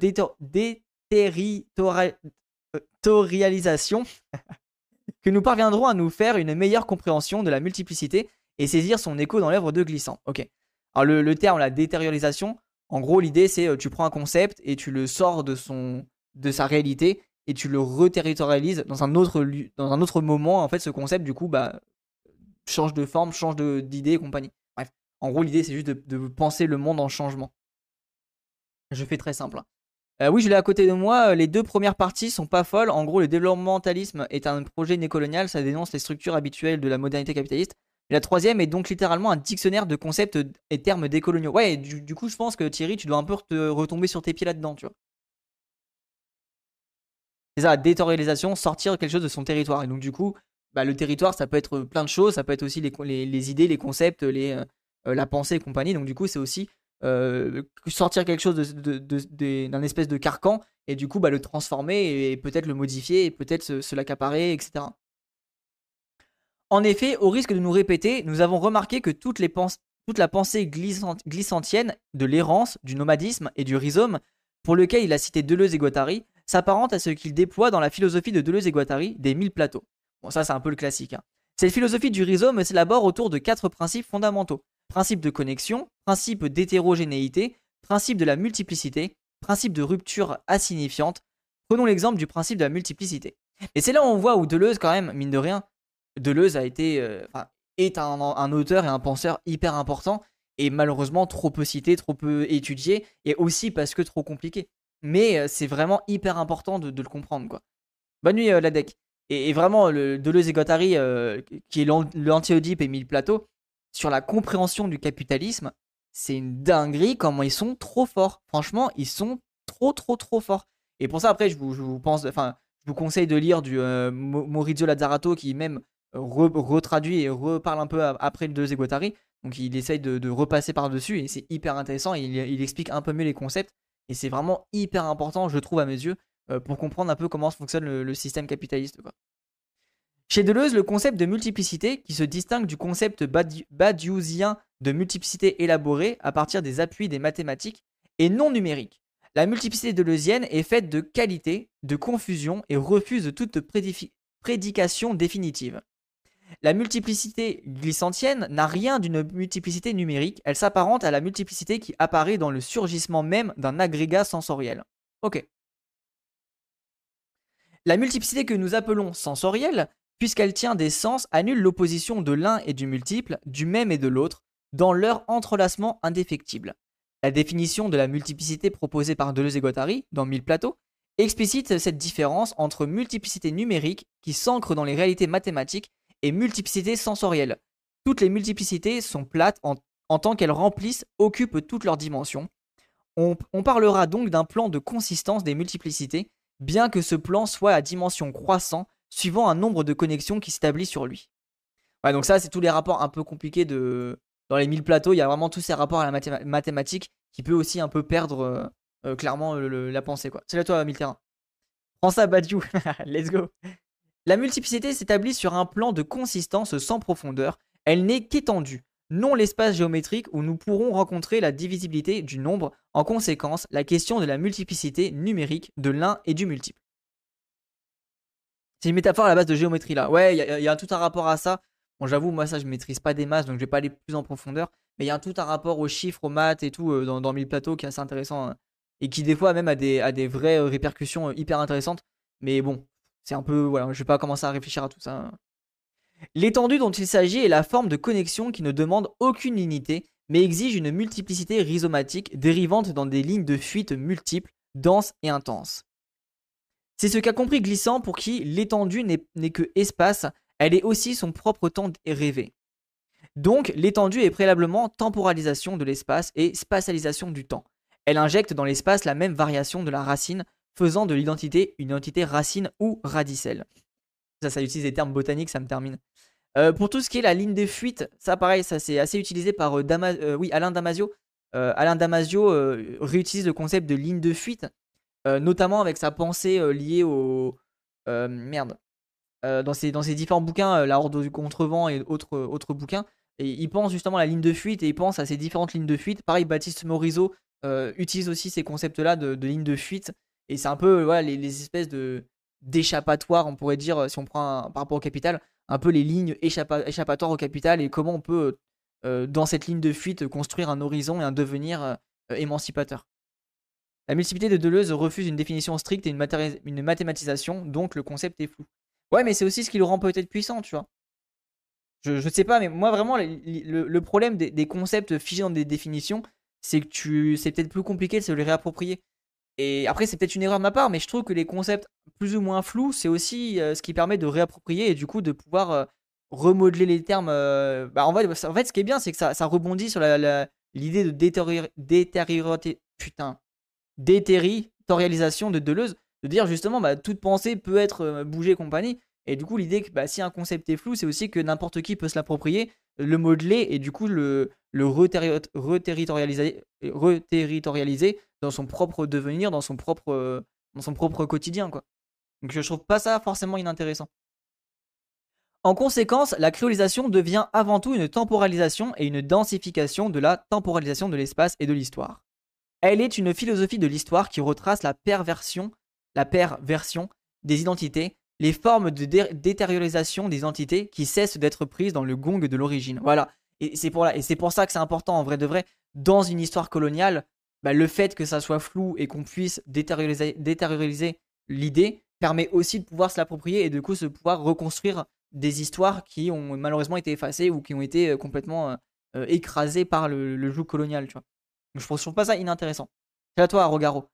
Speaker 1: déterritorialisation, que nous parviendrons à nous faire une meilleure compréhension de la multiplicité et saisir son écho dans l'œuvre de Glissant. Ok. Alors le terme, la détériorisation, en gros l'idée c'est tu prends un concept et tu le sors de sa réalité et tu le reterritorialises dans un autre moment. En fait, ce concept du coup change de forme, change d'idée et compagnie. Bref, en gros l'idée c'est juste de penser le monde en changement. Je fais très simple. Oui, je l'ai à côté de moi. Les deux premières parties sont pas folles. En gros, le développementalisme est un projet néocolonial. Ça dénonce les structures habituelles de la modernité capitaliste. Et la troisième est donc littéralement un dictionnaire de concepts et termes décoloniaux. Ouais, du coup, je pense que Thierry, tu dois un peu te retomber sur tes pieds là-dedans, tu vois. C'est ça, la déterritorialisation, sortir quelque chose de son territoire. Et donc, du coup, le territoire, ça peut être plein de choses. Ça peut être aussi les idées, les concepts, la pensée et compagnie. Donc, du coup, c'est aussi sortir quelque chose d'un espèce de carcan et du coup le transformer et peut-être le modifier et peut-être se l'accaparer, etc. En effet, au risque de nous répéter, nous avons remarqué que toute la pensée glissantienne de l'errance, du nomadisme et du rhizome, pour lequel il a cité Deleuze et Guattari, s'apparente à ce qu'il déploie dans la philosophie de Deleuze et Guattari des 1000 plateaux. Bon, ça c'est un peu le classique. Cette philosophie du rhizome s'élabore autour de 4 principes fondamentaux. Principe de connexion, principe d'hétérogénéité, principe de la multiplicité, principe de rupture insignifiante. Prenons l'exemple du principe de la multiplicité. Et c'est là où on voit où Deleuze, quand même, mine de rien, Deleuze est un auteur et un penseur hyper important et malheureusement trop peu cité, trop peu étudié et aussi parce que trop compliqué. Mais c'est vraiment hyper important de le comprendre, quoi. Bonne nuit, Ladec. Et vraiment, Deleuze et Guattari, qui est l'anti-Oedipe et Mille Plateau, sur la compréhension du capitalisme, c'est une dinguerie comment ils sont trop forts. Franchement, ils sont trop forts. Et pour ça, après, je vous conseille de lire du Maurizio Lazzarato qui même retraduit et reparle un peu après le Deleuze et Guattari. Donc il essaye de repasser par-dessus et c'est hyper intéressant. Il explique un peu mieux les concepts et c'est vraiment hyper important, je trouve, à mes yeux, pour comprendre un peu comment fonctionne le système capitaliste, quoi. Chez Deleuze, le concept de multiplicité, qui se distingue du concept badiusien de multiplicité élaborée à partir des appuis des mathématiques, est non numérique. La multiplicité deleuzienne est faite de qualité, de confusion et refuse toute prédication définitive. La multiplicité glissantienne n'a rien d'une multiplicité numérique, elle s'apparente à la multiplicité qui apparaît dans le surgissement même d'un agrégat sensoriel. Ok. La multiplicité que nous appelons sensorielle, puisqu'elle tient des sens, annule l'opposition de l'un et du multiple, du même et de l'autre, dans leur entrelacement indéfectible. La définition de la multiplicité proposée par Deleuze et Guattari, dans Mille Plateaux, explicite cette différence entre multiplicité numérique, qui s'ancre dans les réalités mathématiques, et multiplicité sensorielle. Toutes les multiplicités sont plates en tant qu'elles remplissent, occupent toutes leurs dimensions. On parlera donc d'un plan de consistance des multiplicités, bien que ce plan soit à dimension croissante, suivant un nombre de connexions qui s'établit sur lui. Ouais, donc ça, c'est tous les rapports un peu compliqués dans les 1000 plateaux. Il y a vraiment tous ces rapports à la mathématique qui peut aussi un peu perdre clairement la pensée, quoi. Salut à toi, Milterrain. Prends ça, Badiou. Let's go. La multiplicité s'établit sur un plan de consistance sans profondeur. Elle n'est qu'étendue, non l'espace géométrique où nous pourrons rencontrer la divisibilité du nombre, en conséquence la question de la multiplicité numérique de l'un et du multiple. C'est une métaphore à la base de géométrie là. Ouais, il y a tout un rapport à ça. Bon, j'avoue, moi ça je maîtrise pas des masses donc je vais pas aller plus en profondeur. Mais il y a tout un rapport aux chiffres, aux maths et tout dans Mille Plateaux qui est assez intéressant et qui des fois même a des vraies répercussions hyper intéressantes. Mais bon, c'est un peu. Voilà, je vais pas commencer à réfléchir à tout ça. L'étendue dont il s'agit est la forme de connexion qui ne demande aucune unité, mais exige une multiplicité rhizomatique dérivante dans des lignes de fuite multiples, denses et intenses. C'est ce qu'a compris Glissant pour qui l'étendue n'est que espace, elle est aussi son propre temps rêvé. Donc l'étendue est préalablement temporalisation de l'espace et spatialisation du temps. Elle injecte dans l'espace la même variation de la racine, faisant de l'identité une identité racine ou radicelle. Ça utilise des termes botaniques, ça me termine. Pour tout ce qui est la ligne de fuite, ça pareil, ça c'est assez utilisé par Alain Damasio. Alain Damasio réutilise le concept de ligne de fuite, notamment avec sa pensée liée au... dans ses différents bouquins, La Horde du Contrevent et autres bouquins. Et il pense justement à la ligne de fuite et il pense à ces différentes lignes de fuite. Pareil, Baptiste Morisot utilise aussi ces concepts-là de ligne de fuite. Et c'est un peu voilà, les espèces d'échappatoires, on pourrait dire, si on prend par rapport au capital, un peu les lignes échappatoires au capital et comment on peut, dans cette ligne de fuite, construire un horizon et un devenir émancipateur. La multiplicité de Deleuze refuse une définition stricte et une mathématisation, donc le concept est flou. Ouais, mais c'est aussi ce qui le rend peut-être puissant, tu vois. Je sais pas, mais moi vraiment, le problème des concepts figés dans des définitions, c'est que c'est peut-être plus compliqué de se les réapproprier. Et après, c'est peut-être une erreur de ma part, mais je trouve que les concepts plus ou moins flous, c'est aussi ce qui permet de réapproprier et du coup de pouvoir remodeler les termes. En fait, ce qui est bien, c'est que ça rebondit sur l'idée de déterritorialisation de Deleuze, de dire justement toute pensée peut être bougée et compagnie. Et du coup, l'idée que si un concept est flou, c'est aussi que n'importe qui peut se l'approprier. le modeler et du coup le reterritorialiser dans son propre devenir, dans son propre quotidien, quoi. Donc je trouve pas ça forcément inintéressant. En conséquence, la créolisation devient avant tout une temporalisation et une densification de la temporalisation de l'espace et de l'histoire. Elle est une philosophie de l'histoire qui retrace la perversion des identités, les formes de détériorisation des entités qui cessent d'être prises dans le gong de l'origine. Voilà. Et c'est pour ça que c'est important en vrai de vrai, dans une histoire coloniale, bah, le fait que ça soit flou et qu'on puisse détérioriser l'idée permet aussi de pouvoir se l'approprier et de coup de pouvoir reconstruire des histoires qui ont malheureusement été effacées ou qui ont été complètement écrasées par le joug colonial, tu vois. Donc, je trouve pas ça inintéressant. C'est à toi, Rogaro.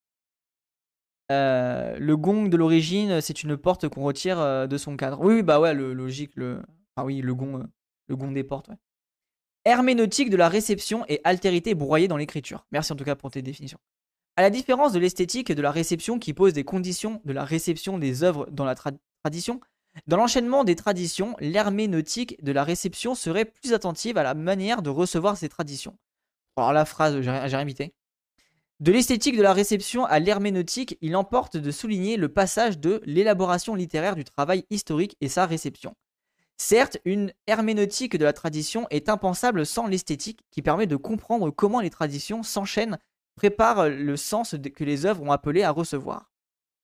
Speaker 1: Le gong de l'origine, c'est une porte qu'on retire de son cadre. Oui, oui, bah ouais, le logique, ah oui, le gong des portes, ouais. Herméneutique de la réception et altérité broyée dans l'écriture. Merci en tout cas pour tes définitions. À la différence de l'esthétique et de la réception qui pose des conditions de la réception des œuvres dans la tradition, dans l'enchaînement des traditions, l'herméneutique de la réception serait plus attentive à la manière de recevoir ces traditions. Alors la phrase, j'ai rien imité. De l'esthétique de la réception à l'herméneutique, il emporte de souligner le passage de l'élaboration littéraire du travail historique et sa réception. Certes, une herméneutique de la tradition est impensable sans l'esthétique qui permet de comprendre comment les traditions s'enchaînent, préparent le sens que les œuvres ont appelé à recevoir.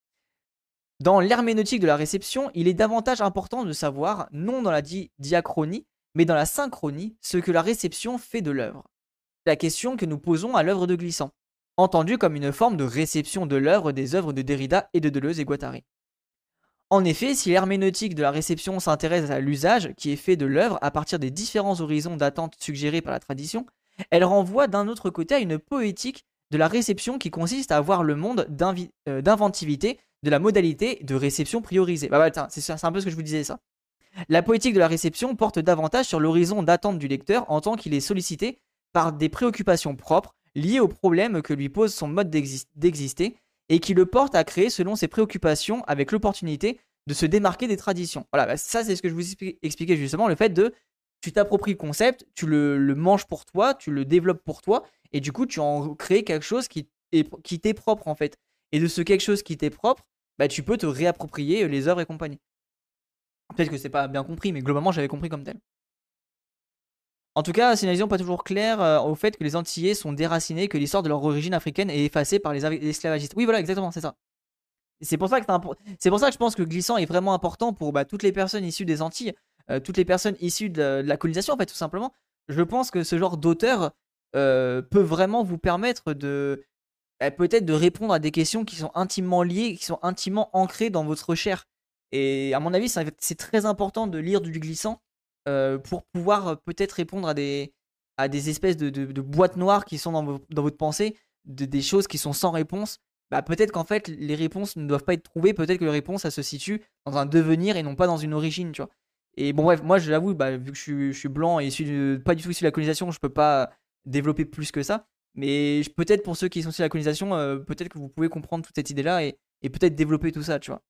Speaker 1: Dans l'herméneutique de la réception, il est davantage important de savoir, non dans la diachronie, mais dans la synchronie, ce que la réception fait de l'œuvre. C'est la question que nous posons à l'œuvre de Glissant, entendue comme une forme de réception de l'œuvre des œuvres de Derrida et de Deleuze et Guattari. En effet, si l'herméneutique de la réception s'intéresse à l'usage qui est fait de l'œuvre à partir des différents horizons d'attente suggérés par la tradition, elle renvoie d'un autre côté à une poétique de la réception qui consiste à voir le monde d'inventivité de la modalité de réception priorisée. Bah, c'est un peu ce que je vous disais ça. La poétique de la réception porte davantage sur l'horizon d'attente du lecteur en tant qu'il est sollicité par des préoccupations propres liées aux problèmes que lui pose son mode d'exister et qui le porte à créer selon ses préoccupations avec l'opportunité de se démarquer des traditions. Voilà, bah ça c'est ce que je vous expliquais justement, le fait de tu t'appropries le concept, tu le manges pour toi, tu le développes pour toi et du coup tu en crées quelque chose qui t'est propre en fait. Et de ce quelque chose qui t'est propre, bah, tu peux te réapproprier les œuvres et compagnie. Peut-être que c'est pas bien compris, mais globalement j'avais compris comme tel. En tout cas, c'est une vision pas toujours claire au fait que les Antillais sont déracinés, que l'histoire de leur origine africaine est effacée par les esclavagistes. Oui, voilà, exactement, c'est ça. C'est pour ça que c'est pour ça que je pense que Glissant est vraiment important pour bah, toutes les personnes issues des Antilles, toutes les personnes issues de la colonisation, en fait, tout simplement. Je pense que ce genre d'auteur peut vraiment vous permettre de peut-être de répondre à des questions qui sont intimement liées, qui sont intimement ancrées dans votre chair. Et à mon avis, c'est très important de lire du Glissant pour pouvoir peut-être répondre à des espèces de boîtes noires qui sont dans votre pensée, des choses qui sont sans réponse. Bah, peut-être qu'en fait, les réponses ne doivent pas être trouvées. Peut-être que les réponses, ça se situe dans un devenir et non pas dans une origine, tu vois. Et bon, bref, moi, je l'avoue, bah, vu que je suis blanc et pas du tout issu de la colonisation, je peux pas développer plus que ça. Mais peut-être pour ceux qui sont issus de la colonisation, peut-être que vous pouvez comprendre toute cette idée-là et peut-être développer tout ça, tu vois.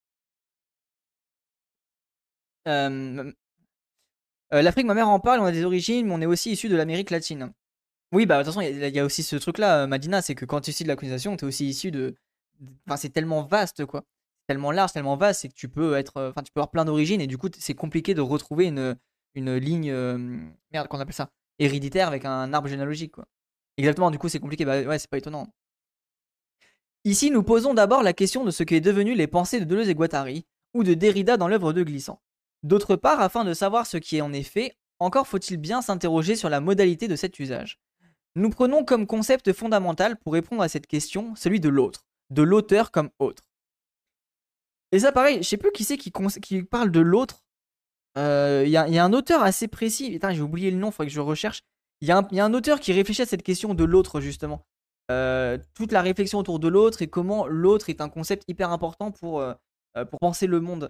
Speaker 1: Euh, L'Afrique, ma mère en parle, on a des origines, mais on est aussi issu de l'Amérique latine. Oui, bah de toute façon, il y a aussi ce truc-là, Madina, c'est que quand tu es issu de la colonisation, tu es aussi issu Enfin, c'est tellement vaste, quoi. C'est tellement large, tellement vaste, c'est que tu peux être. Enfin, tu peux avoir plein d'origines et du coup, c'est compliqué de retrouver une ligne. Merde, qu'on appelle ça? Héréditaire avec un arbre généalogique, quoi. Exactement, du coup, c'est compliqué. Bah ouais, c'est pas étonnant. Ici, nous posons d'abord la question de ce qu'est devenu les pensées de Deleuze et Guattari, ou de Derrida dans l'œuvre de Glissant. D'autre part, afin de savoir ce qui en est fait, encore faut-il bien s'interroger sur la modalité de cet usage. Nous prenons comme concept fondamental pour répondre à cette question celui de l'autre, de l'auteur comme autre. Et ça, pareil, je sais plus qui c'est qui parle de l'autre. Il y a un auteur assez précis. Putain, j'ai oublié le nom, il faudrait que je recherche. Il y a un auteur qui réfléchit à cette question de l'autre, justement. Toute la réflexion autour de l'autre et comment l'autre est un concept hyper important pour penser le monde.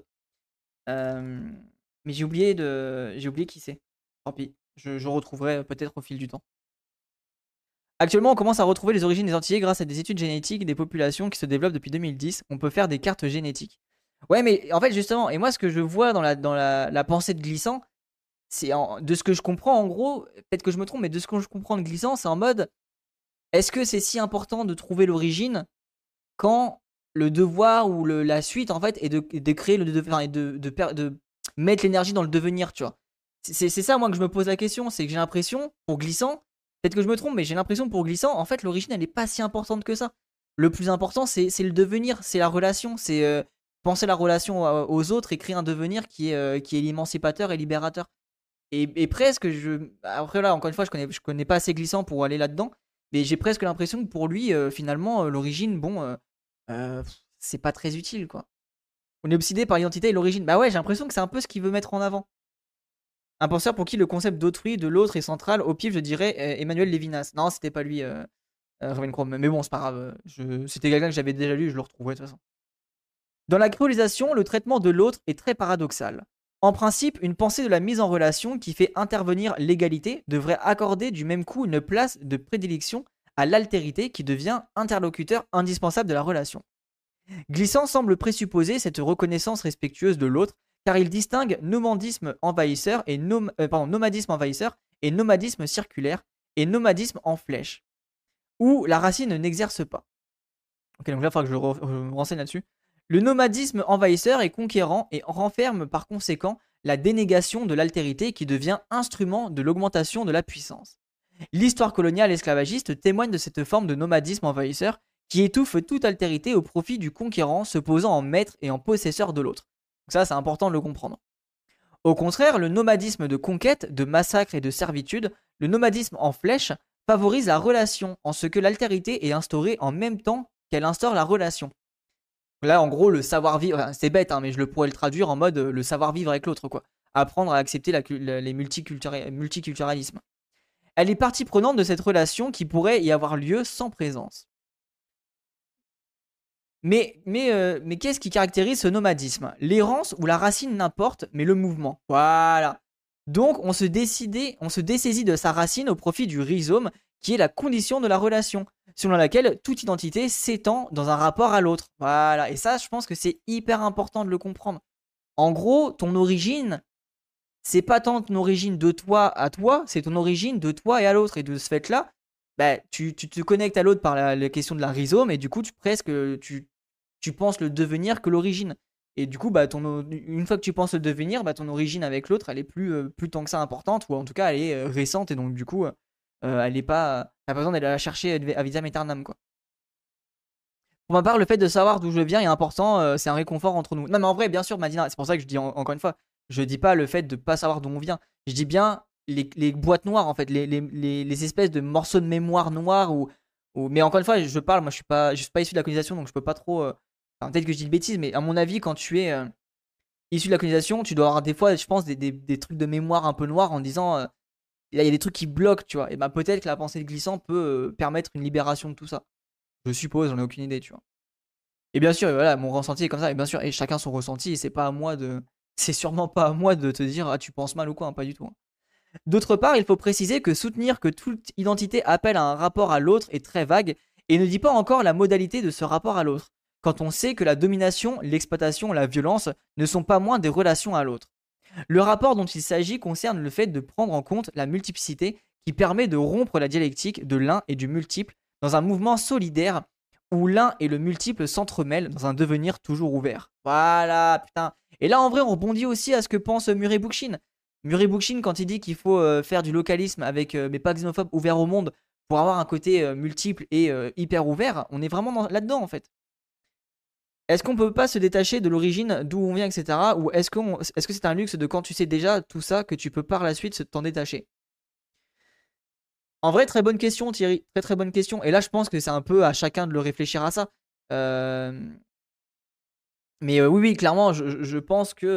Speaker 1: Mais j'ai oublié qui c'est. Tant pis, je retrouverai peut-être au fil du temps. Actuellement, on commence à retrouver les origines des Antillais grâce à des études génétiques des populations qui se développent depuis 2010. On peut faire des cartes génétiques. Ouais, mais en fait, justement, et moi, ce que je vois dans la pensée de Glissant, de ce que je comprends, en gros, peut-être que je me trompe, mais de ce que je comprends de glissant, c'est en mode, est-ce que c'est si important de trouver l'origine quand le devoir ou la suite, en fait, est de créer le devenir, et de mettre l'énergie dans le devenir, tu vois. C'est ça, moi, que je me pose la question, c'est que j'ai l'impression, pour glissant, peut-être que je me trompe, mais j'ai l'impression pour glissant, en fait, l'origine, elle n'est pas si importante que ça. Le plus important, c'est le devenir, c'est la relation, c'est penser la relation aux autres et créer un devenir qui est l'émancipateur et libérateur. Et presque, après là, encore une fois, je connais pas assez glissant pour aller là-dedans, mais j'ai presque l'impression que pour lui, finalement, l'origine, bon, c'est pas très utile, quoi. On est obsédé par l'identité et l'origine. Bah ouais, j'ai l'impression que c'est un peu ce qu'il veut mettre en avant. Un penseur pour qui le concept d'autrui, de l'autre est central. Au pif, je dirais Emmanuel Lévinas. Non, c'était pas lui, Ravencroft. Mais bon, c'est pas grave. C'était quelqu'un que j'avais déjà lu, je le retrouverai de toute façon. Dans la créolisation, le traitement de l'autre est très paradoxal. En principe, une pensée de la mise en relation qui fait intervenir l'égalité devrait accorder du même coup une place de prédilection à l'altérité qui devient interlocuteur indispensable de la relation. Glissant semble présupposer cette reconnaissance respectueuse de l'autre, car il distingue nomadisme envahisseur et nomadisme circulaire et nomadisme en flèche, où la racine n'exerce pas. Ok, donc là, il faudra que je me renseigne là-dessus. Le nomadisme envahisseur est conquérant et renferme par conséquent la dénégation de l'altérité qui devient instrument de l'augmentation de la puissance. L'histoire coloniale esclavagiste témoigne de cette forme de nomadisme envahisseur qui étouffe toute altérité au profit du conquérant se posant en maître et en possesseur de l'autre. Donc ça, c'est important de le comprendre. Au contraire, le nomadisme de conquête, de massacre et de servitude, le nomadisme en flèche, favorise la relation en ce que l'altérité est instaurée en même temps qu'elle instaure la relation. Là, en gros, le savoir-vivre, enfin, c'est bête, hein, mais je le pourrais le traduire en mode le savoir-vivre avec l'autre, quoi. Apprendre à accepter les multiculturalismes. Elle est partie prenante de cette relation qui pourrait y avoir lieu sans présence. Mais qu'est-ce qui caractérise ce nomadisme? L'errance ou la racine n'importe, mais le mouvement. Voilà. Donc on se dessaisit de sa racine au profit du rhizome, qui est la condition de la relation, selon laquelle toute identité s'étend dans un rapport à l'autre. Voilà. Et ça, je pense que c'est hyper important de le comprendre. En gros, ton origine, c'est pas tant ton origine de toi à toi, c'est ton origine de toi et à l'autre. Et de ce fait-là, bah, tu te connectes à l'autre par la question de la rhizome, et du coup, tu penses le devenir que l'origine. Et du coup, bah, une fois que tu penses le devenir, bah, ton origine avec l'autre, elle est plus tant que ça importante, ou en tout cas, elle est récente, et donc du coup, elle est pas. T'as pas besoin d'aller la chercher à vitam aeternam, quoi. Pour ma part, le fait de savoir d'où je viens est important, c'est un réconfort entre nous. Non, mais en vrai, bien sûr, Madina, c'est pour ça que je dis encore une fois, je dis pas le fait de pas savoir d'où on vient. Je dis bien les boîtes noires, en fait, les espèces de morceaux de mémoire noirs. Mais encore une fois, je parle, moi je suis pas issu de la colonisation, donc je peux pas trop. Enfin, peut-être que je dis de bêtises, mais à mon avis, quand tu es issu de la colonisation, tu dois avoir des fois, je pense, des trucs de mémoire un peu noirs en disant, il y a des trucs qui bloquent, tu vois. Et bah peut-être que la pensée de glissant peut permettre une libération de tout ça. Je suppose, j'en ai aucune idée, tu vois. Et bien sûr, voilà, mon ressenti est comme ça. Et bien sûr, et chacun son ressenti. Et c'est pas à moi de, c'est sûrement pas à moi de te dire ah tu penses mal ou quoi, hein, pas du tout, hein. D'autre part, il faut préciser que soutenir que toute identité appelle à un rapport à l'autre est très vague et ne dit pas encore la modalité de ce rapport à l'autre. Quand on sait que la domination, l'exploitation, la violence ne sont pas moins des relations à l'autre. Le rapport dont il s'agit concerne le fait de prendre en compte la multiplicité qui permet de rompre la dialectique de l'un et du multiple dans un mouvement solidaire où l'un et le multiple s'entremêlent dans un devenir toujours ouvert. Voilà, putain. Et là, en vrai, on rebondit aussi à ce que pense Murray Bookchin. Murray Bookchin, quand il dit qu'il faut faire du localisme avec, mais pas xénophobe, ouvert au monde, pour avoir un côté multiple et hyper ouvert, on est vraiment là-dedans, en fait. Est-ce qu'on peut pas se détacher de l'origine, d'où on vient, etc. Ou est-ce que c'est un luxe de quand tu sais déjà tout ça que tu peux par la suite t'en détacher? En vrai, très bonne question, Thierry. Très très bonne question. Et là, je pense que c'est un peu à chacun de le réfléchir à ça. Euh, Mais oui, oui, clairement, je pense que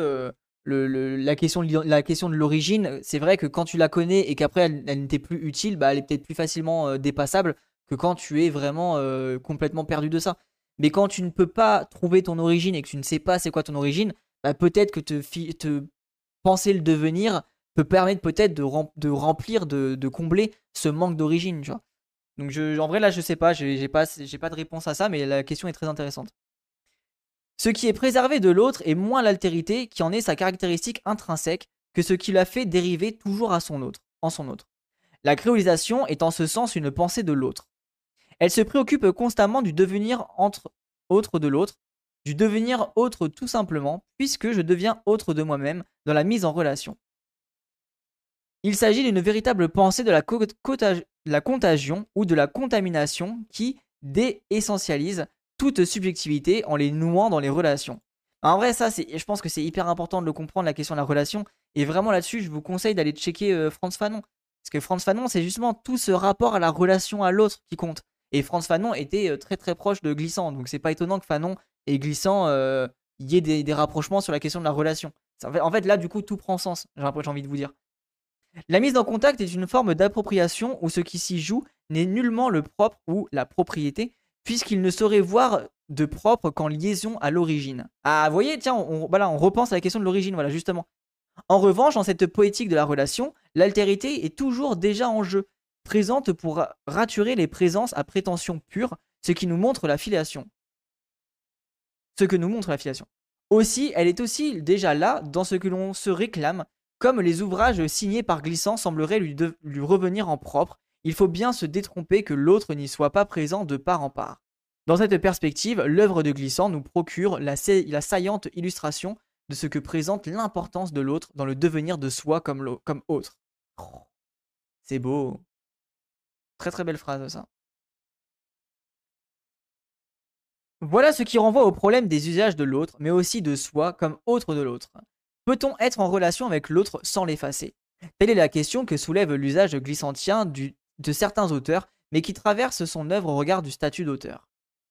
Speaker 1: la question de l'origine, c'est vrai que quand tu la connais et qu'après elle n'était plus utile, bah, elle est peut-être plus facilement dépassable que quand tu es vraiment complètement perdu de ça. Mais quand tu ne peux pas trouver ton origine et que tu ne sais pas c'est quoi ton origine, bah, peut-être que te penser le devenir peut permettre peut-être de remplir, de combler ce manque d'origine, tu vois. Donc en vrai, là, je sais pas, j'ai pas de réponse à ça, mais la question est très intéressante. Ce qui est préservé de l'autre est moins l'altérité qui en est sa caractéristique intrinsèque, que ce qui la fait dériver toujours en son autre. La créolisation est en ce sens une pensée de l'autre. Elle se préoccupe constamment du devenir autre de l'autre, du devenir autre tout simplement, puisque je deviens autre de moi-même dans la mise en relation. Il s'agit d'une véritable pensée de la contagion ou de la contamination qui déessentialise toute subjectivité en les nouant dans les relations. En vrai, je pense que c'est hyper important de le comprendre, la question de la relation. Et vraiment là-dessus, je vous conseille d'aller checker Frantz Fanon. Parce que Frantz Fanon, c'est justement tout ce rapport à la relation à l'autre qui compte. Et Frantz Fanon était très très proche de Glissant. Donc c'est pas étonnant que Fanon et Glissant y ait des rapprochements sur la question de la relation. En fait, là, du coup, tout prend sens, j'ai envie de vous dire. La mise en contact est une forme d'appropriation où ce qui s'y joue n'est nullement le propre ou la propriété, puisqu'il ne saurait voir de propre qu'en liaison à l'origine. Ah, vous voyez, tiens, on repense à la question de l'origine, voilà, justement. En revanche, dans cette poétique de la relation, l'altérité est toujours déjà en jeu, présente pour raturer les présences à prétention pure, ce que nous montre la filiation. Aussi, elle est aussi déjà là dans ce que l'on se réclame, comme les ouvrages signés par Glissant sembleraient lui revenir en propre. Il faut bien se détromper que l'autre n'y soit pas présent de part en part. Dans cette perspective, l'œuvre de Glissant nous procure la saillante illustration de ce que présente l'importance de l'autre dans le devenir de soi comme autre. Oh, c'est beau. Très très belle phrase ça. Voilà ce qui renvoie au problème des usages de l'autre, mais aussi de soi comme autre de l'autre. Peut-on être en relation avec l'autre sans l'effacer? Telle est la question que soulève l'usage glissantien de certains auteurs, mais qui traverse son œuvre au regard du statut d'auteur.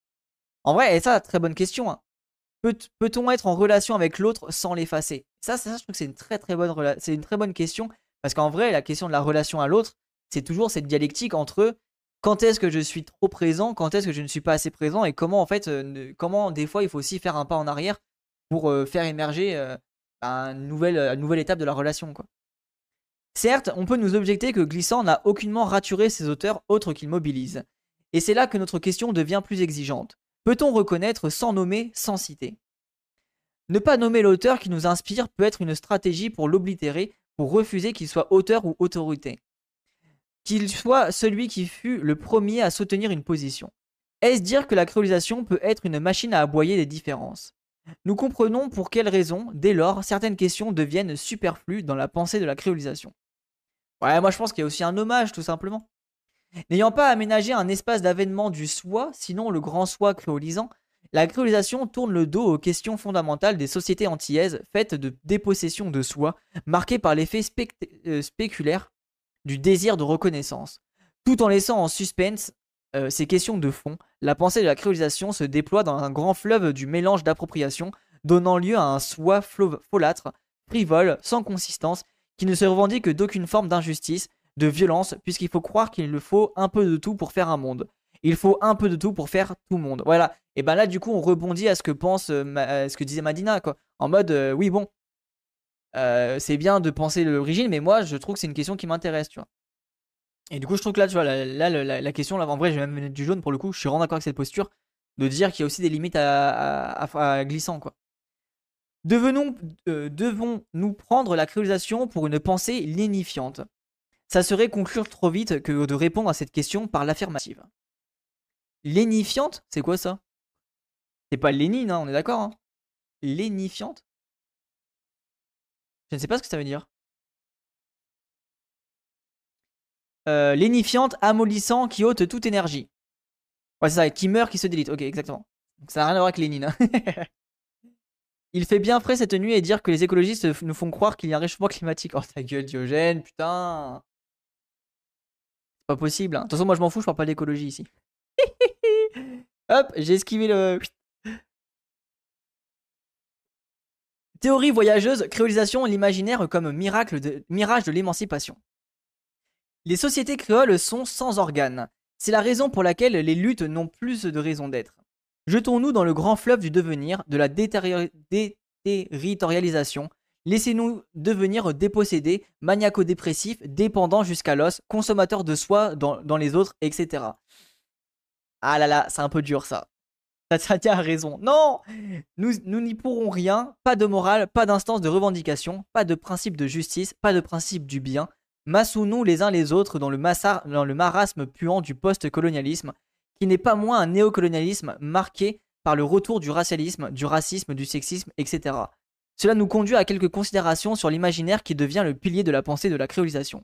Speaker 1: En vrai, et ça, très bonne question. Hein. Peut-on être en relation avec l'autre sans l'effacer? Ça, je trouve que c'est une très bonne question, parce qu'en vrai, la question de la relation à l'autre, c'est toujours cette dialectique entre quand est-ce que je suis trop présent, quand est-ce que je ne suis pas assez présent, et comment en fait, comment des fois il faut aussi faire un pas en arrière pour faire émerger une nouvelle étape de la relation, quoi. Certes, on peut nous objecter que Glissant n'a aucunement raturé ses auteurs autres qu'il mobilise. Et c'est là que notre question devient plus exigeante. Peut-on reconnaître sans nommer, sans citer? Ne pas nommer l'auteur qui nous inspire peut être une stratégie pour l'oblitérer, pour refuser qu'il soit auteur ou autorité. Qu'il soit celui qui fut le premier à soutenir une position. Est-ce dire que la créolisation peut être une machine à aboyer des différences? Nous comprenons pour quelles raisons, dès lors, certaines questions deviennent superflues dans la pensée de la créolisation. Ouais, moi je pense qu'il y a aussi un hommage, tout simplement. N'ayant pas aménagé un espace d'avènement du soi, sinon le grand soi créolisant, la créolisation tourne le dos aux questions fondamentales des sociétés antillaises faites de dépossession de soi, marquées par l'effet spéculaire du désir de reconnaissance. Tout en laissant en suspense ces questions de fond, la pensée de la créolisation se déploie dans un grand fleuve du mélange d'appropriation, donnant lieu à un soi folâtre, frivole, sans consistance, qui ne se revendique d'aucune forme d'injustice, de violence, puisqu'il faut croire qu'il le faut un peu de tout pour faire un monde. Il faut un peu de tout pour faire tout monde. Voilà. Et ben là, du coup, on rebondit à ce que ce que disait Madina, quoi. En mode, oui, bon, c'est bien de penser l'origine, mais moi, je trouve que c'est une question qui m'intéresse, tu vois. Et du coup, je trouve que là, tu vois, la question, là, en vrai, je vais même mettre du jaune pour le coup. Je suis vraiment d'accord avec cette posture de dire qu'il y a aussi des limites à glissant, quoi. Devons-nous prendre la créolisation pour une pensée lénifiante? Ça serait conclure trop vite que de répondre à cette question par l'affirmative. Lénifiante, c'est quoi ça? C'est pas Lénine, hein, on est d'accord, hein? Lénifiante? Je ne sais pas ce que ça veut dire. Lénifiante, amollissant, qui ôte toute énergie. Ouais, c'est ça, qui meurt, qui se délite. Ok, exactement. Donc, ça n'a rien à voir avec Lénine. Hein. Il fait bien frais cette nuit et dire que les écologistes nous font croire qu'il y a un réchauffement climatique. Oh ta gueule, Diogène, putain. C'est pas possible. Hein. De toute façon, moi je m'en fous, je parle pas d'écologie ici. Hop, j'ai esquivé le. Théorie voyageuse, créolisation, l'imaginaire comme mirage de l'émancipation. Les sociétés créoles sont sans organes. C'est la raison pour laquelle les luttes n'ont plus de raison d'être. Jetons-nous dans le grand fleuve du devenir, de la déterritorialisation. Laissez-nous devenir dépossédés, maniaco-dépressifs, dépendants jusqu'à l'os, consommateurs de soi dans les autres, etc. Ah là là, c'est un peu dur ça. Tatiana a raison. Non, nous n'y pourrons rien. Pas de morale, pas d'instance de revendication, pas de principe de justice, pas de principe du bien. Massons-nous les uns les autres dans le marasme puant du post-colonialisme, qui n'est pas moins un néocolonialisme marqué par le retour du racialisme, du racisme, du sexisme, etc. Cela nous conduit à quelques considérations sur l'imaginaire qui devient le pilier de la pensée de la créolisation.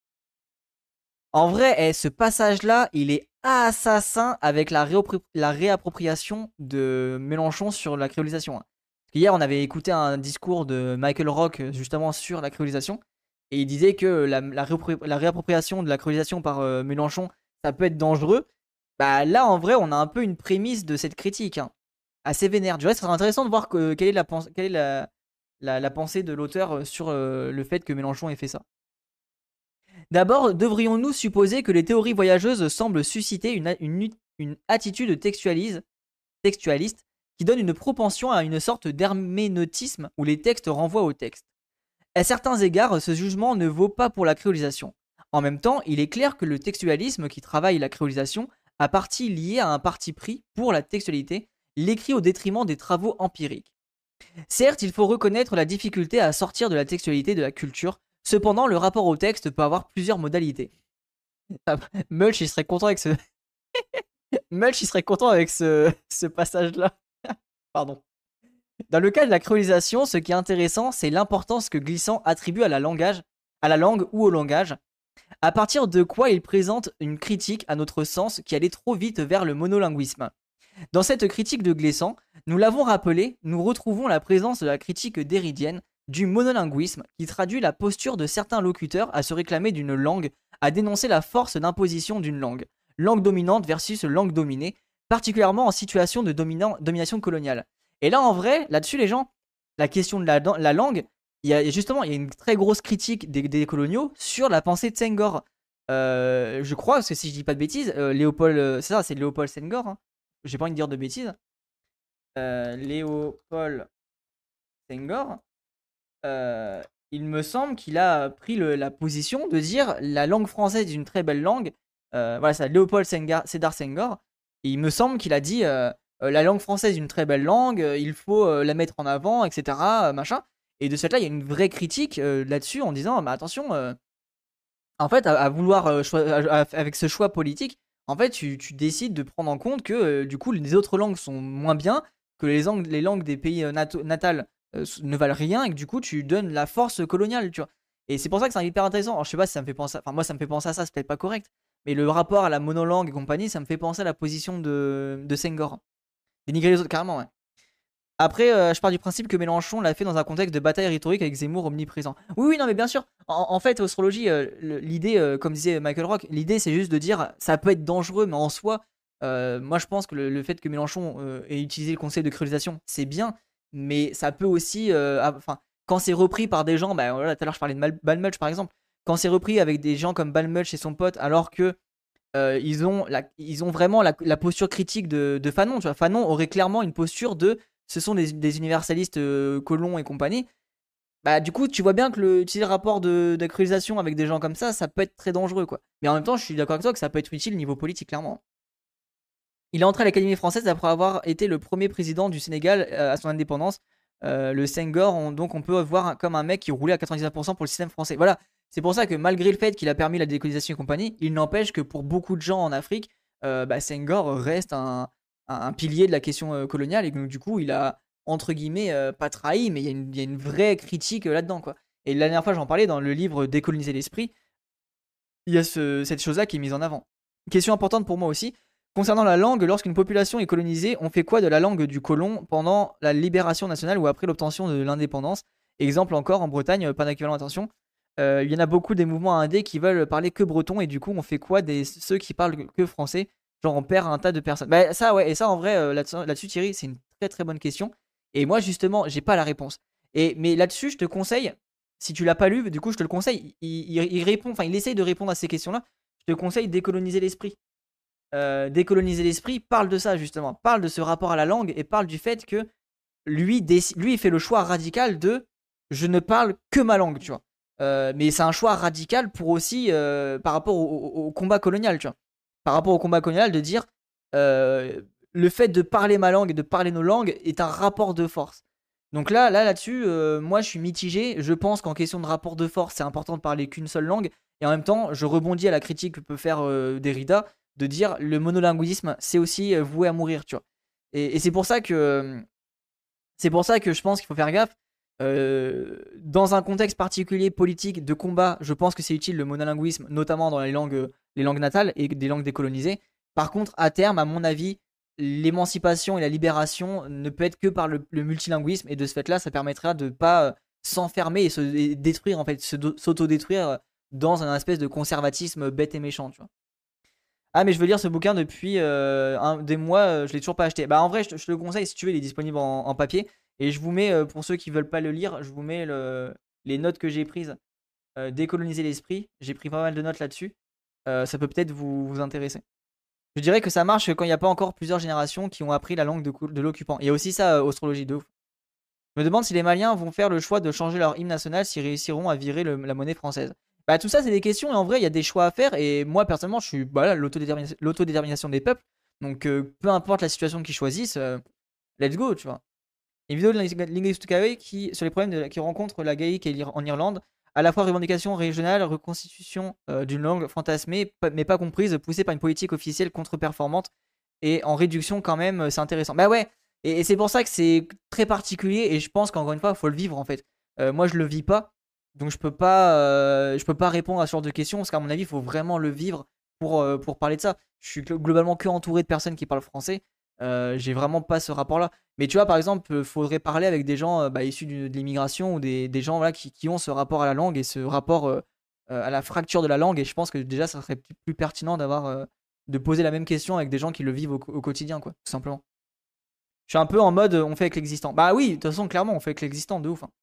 Speaker 1: En vrai, ce passage-là, il est assassin avec la réappropriation de Mélenchon sur la créolisation, hein. Parce qu'hier, on avait écouté un discours de Michael Rock justement sur la créolisation. Et il disait que la réappropriation de la créolisation par Mélenchon, ça peut être dangereux. Bah là, en vrai, on a un peu une prémisse de cette critique, hein, assez vénère. Du reste, ce serait intéressant de voir quelle est la pensée de l'auteur sur le fait que Mélenchon ait fait ça. D'abord, devrions-nous supposer que les théories voyageuses semblent susciter une attitude textualiste qui donne une propension à une sorte d'herméneutisme où les textes renvoient au texte. À certains égards, ce jugement ne vaut pas pour la créolisation. En même temps, il est clair que le textualisme qui travaille la créolisation a partie lié à un parti pris pour la textualité, l'écrit au détriment des travaux empiriques. Certes, il faut reconnaître la difficulté à sortir de la textualité de la culture. Cependant, le rapport au texte peut avoir plusieurs modalités. Mulch, il serait content avec ce. Mulch, il serait content avec ce passage-là. Pardon. Dans le cas de la créolisation, ce qui est intéressant, c'est l'importance que Glissant attribue à la langue ou au langage, à partir de quoi il présente une critique, à notre sens, qui allait trop vite vers le monolinguisme. Dans cette critique de Glissant, nous l'avons rappelé, nous retrouvons la présence de la critique déridienne du monolinguisme qui traduit la posture de certains locuteurs à se réclamer d'une langue, à dénoncer la force d'imposition d'une langue dominante versus langue dominée, particulièrement en situation de domination coloniale. Et là, en vrai, là-dessus, les gens, la question de la langue, il y a une très grosse critique des coloniaux sur la pensée de Senghor. Je crois, parce que si je dis pas de bêtises, Léopold, c'est Léopold Senghor, hein. J'ai pas envie de dire de bêtises. Léopold Senghor, il me semble qu'il a pris la position de dire la langue française est une très belle langue. Voilà, c'est Léopold Sédar Senghor. Et il me semble qu'il a dit la langue française est une très belle langue, il faut la mettre en avant, etc. Machin. Et de ce fait-là, il y a une vraie critique là-dessus en disant mais attention, en fait, à vouloir avec ce choix politique, en fait, tu décides de prendre en compte que du coup, les autres langues sont moins bien, que les langues des pays natals ne valent rien, et que du coup, tu donnes la force coloniale, tu vois. Et c'est pour ça que c'est hyper intéressant. Alors, je sais pas si ça me fait penser, enfin, moi, ça me fait penser à ça, c'est peut-être pas correct, mais le rapport à la monolangue et compagnie, ça me fait penser à la position de Senghor. Dénigrer les autres, carrément, ouais. Après, je pars du principe que Mélenchon l'a fait dans un contexte de bataille rhétorique avec Zemmour omniprésent. Oui, oui, non, mais bien sûr. En fait, astrologie, l'idée, comme disait Michael Rock, l'idée c'est juste de dire ça peut être dangereux, mais en soi, moi je pense que le fait que Mélenchon ait utilisé le concept de créolisation, c'est bien, mais ça peut aussi, enfin, quand c'est repris par des gens, bah voilà, tout à l'heure je parlais de Balmulch par exemple, quand c'est repris avec des gens comme Balmulch et son pote, alors que ils ont vraiment la posture critique de Fanon, tu vois. Fanon aurait clairement une posture de ce sont des universalistes colons et compagnie. Bah du coup tu vois bien que utiliser le rapport d'actualisation avec des gens comme ça peut être très dangereux quoi. Mais en même temps je suis d'accord avec toi que ça peut être utile au niveau politique clairement. Il est entré à l'Académie française après avoir été le premier président du Sénégal à son indépendance. Le Senghor, donc on peut voir comme un mec qui roulait à 99% pour le système français. Voilà, c'est pour ça que malgré le fait qu'il a permis la décolonisation et compagnie, il n'empêche que pour beaucoup de gens en Afrique, Senghor reste un pilier de la question coloniale et que du coup il a entre guillemets pas trahi, mais il y a une vraie critique là-dedans quoi. Et la dernière fois j'en parlais dans le livre Décoloniser l'esprit, il y a cette chose-là qui est mise en avant. Question importante pour moi aussi. Concernant la langue, lorsqu'une population est colonisée, on fait quoi de la langue du colon pendant la libération nationale ou après l'obtention de l'indépendance? Exemple encore, en Bretagne, pas d'équivalent, attention. Il y en a beaucoup des mouvements indés qui veulent parler que breton et du coup on fait quoi des ceux qui parlent que français? Genre on perd un tas de personnes. Bah ça ouais, et ça en vrai là-dessus Thierry, c'est une très très bonne question. Et moi justement, j'ai pas la réponse. Mais là-dessus, je te conseille, si tu l'as pas lu, du coup je te le conseille, il répond, enfin il essaye de répondre à ces questions-là. Je te conseille Décoloniser l'esprit. Décoloniser l'esprit parle de ça justement, parle de ce rapport à la langue et parle du fait que lui il fait le choix radical de je ne parle que ma langue, tu vois. Mais c'est un choix radical pour aussi par rapport au combat colonial, tu vois. Par rapport au combat colonial de dire le fait de parler ma langue et de parler nos langues est un rapport de force. Donc là-dessus, moi, je suis mitigé. Je pense qu'en question de rapport de force, c'est important de parler qu'une seule langue. Et en même temps, je rebondis à la critique que peut faire Derrida de dire le monolinguisme, c'est aussi voué à mourir, tu vois. Et c'est pour ça que je pense qu'il faut faire gaffe. Dans un contexte particulier politique de combat, je pense que c'est utile le monolinguisme, notamment dans les langues natales et des langues décolonisées. Par contre, à terme, à mon avis, l'émancipation et la libération ne peut être que par le multilinguisme. Et de ce fait-là, ça permettra de ne pas s'enfermer et se détruire, en fait, s'auto-détruire dans un espèce de conservatisme bête et méchant, tu vois. Ah, mais je veux lire ce bouquin depuis des mois, je l'ai toujours pas acheté. Bah, en vrai, je te le conseille si tu veux, il est disponible en papier. Et je vous mets, pour ceux qui veulent pas le lire, je vous mets les notes que j'ai prises. Décoloniser l'esprit. J'ai pris pas mal de notes là-dessus. Ça peut peut-être vous intéresser. Je dirais que ça marche quand il n'y a pas encore plusieurs générations qui ont appris la langue de l'occupant. Il y a aussi ça, astrologie de ouf. Je me demande si les Maliens vont faire le choix de changer leur hymne national s'ils réussiront à virer la monnaie française. Bah, tout ça, c'est des questions et en vrai, il y a des choix à faire. Et moi, personnellement, je suis voilà, l'autodétermination des peuples. Donc, peu importe la situation qu'ils choisissent, let's go, tu vois. Une vidéo de Linguist qui sur les problèmes qui rencontrent la gaélique en Irlande, à la fois revendication régionale, reconstitution d'une langue fantasmée mais pas comprise, poussée par une politique officielle contre-performante et en réduction quand même, c'est intéressant. Bah ouais, et c'est pour ça que c'est très particulier et je pense qu'encore une fois, il faut le vivre en fait. Moi, je le vis pas, donc je peux pas répondre à ce genre de questions parce qu'à mon avis, il faut vraiment le vivre pour parler de ça. Je suis globalement que entouré de personnes qui parlent français. J'ai vraiment pas ce rapport-là. Mais tu vois, par exemple, faudrait parler avec des gens bah, issus de l'immigration ou des gens voilà, qui ont ce rapport à la langue et ce rapport à la fracture de la langue. Et je pense que déjà, ça serait plus pertinent de poser la même question avec des gens qui le vivent au quotidien, quoi, tout simplement. Je suis un peu en mode on fait avec l'existant. Bah oui, de toute façon, clairement, on fait avec l'existant, de ouf, hein.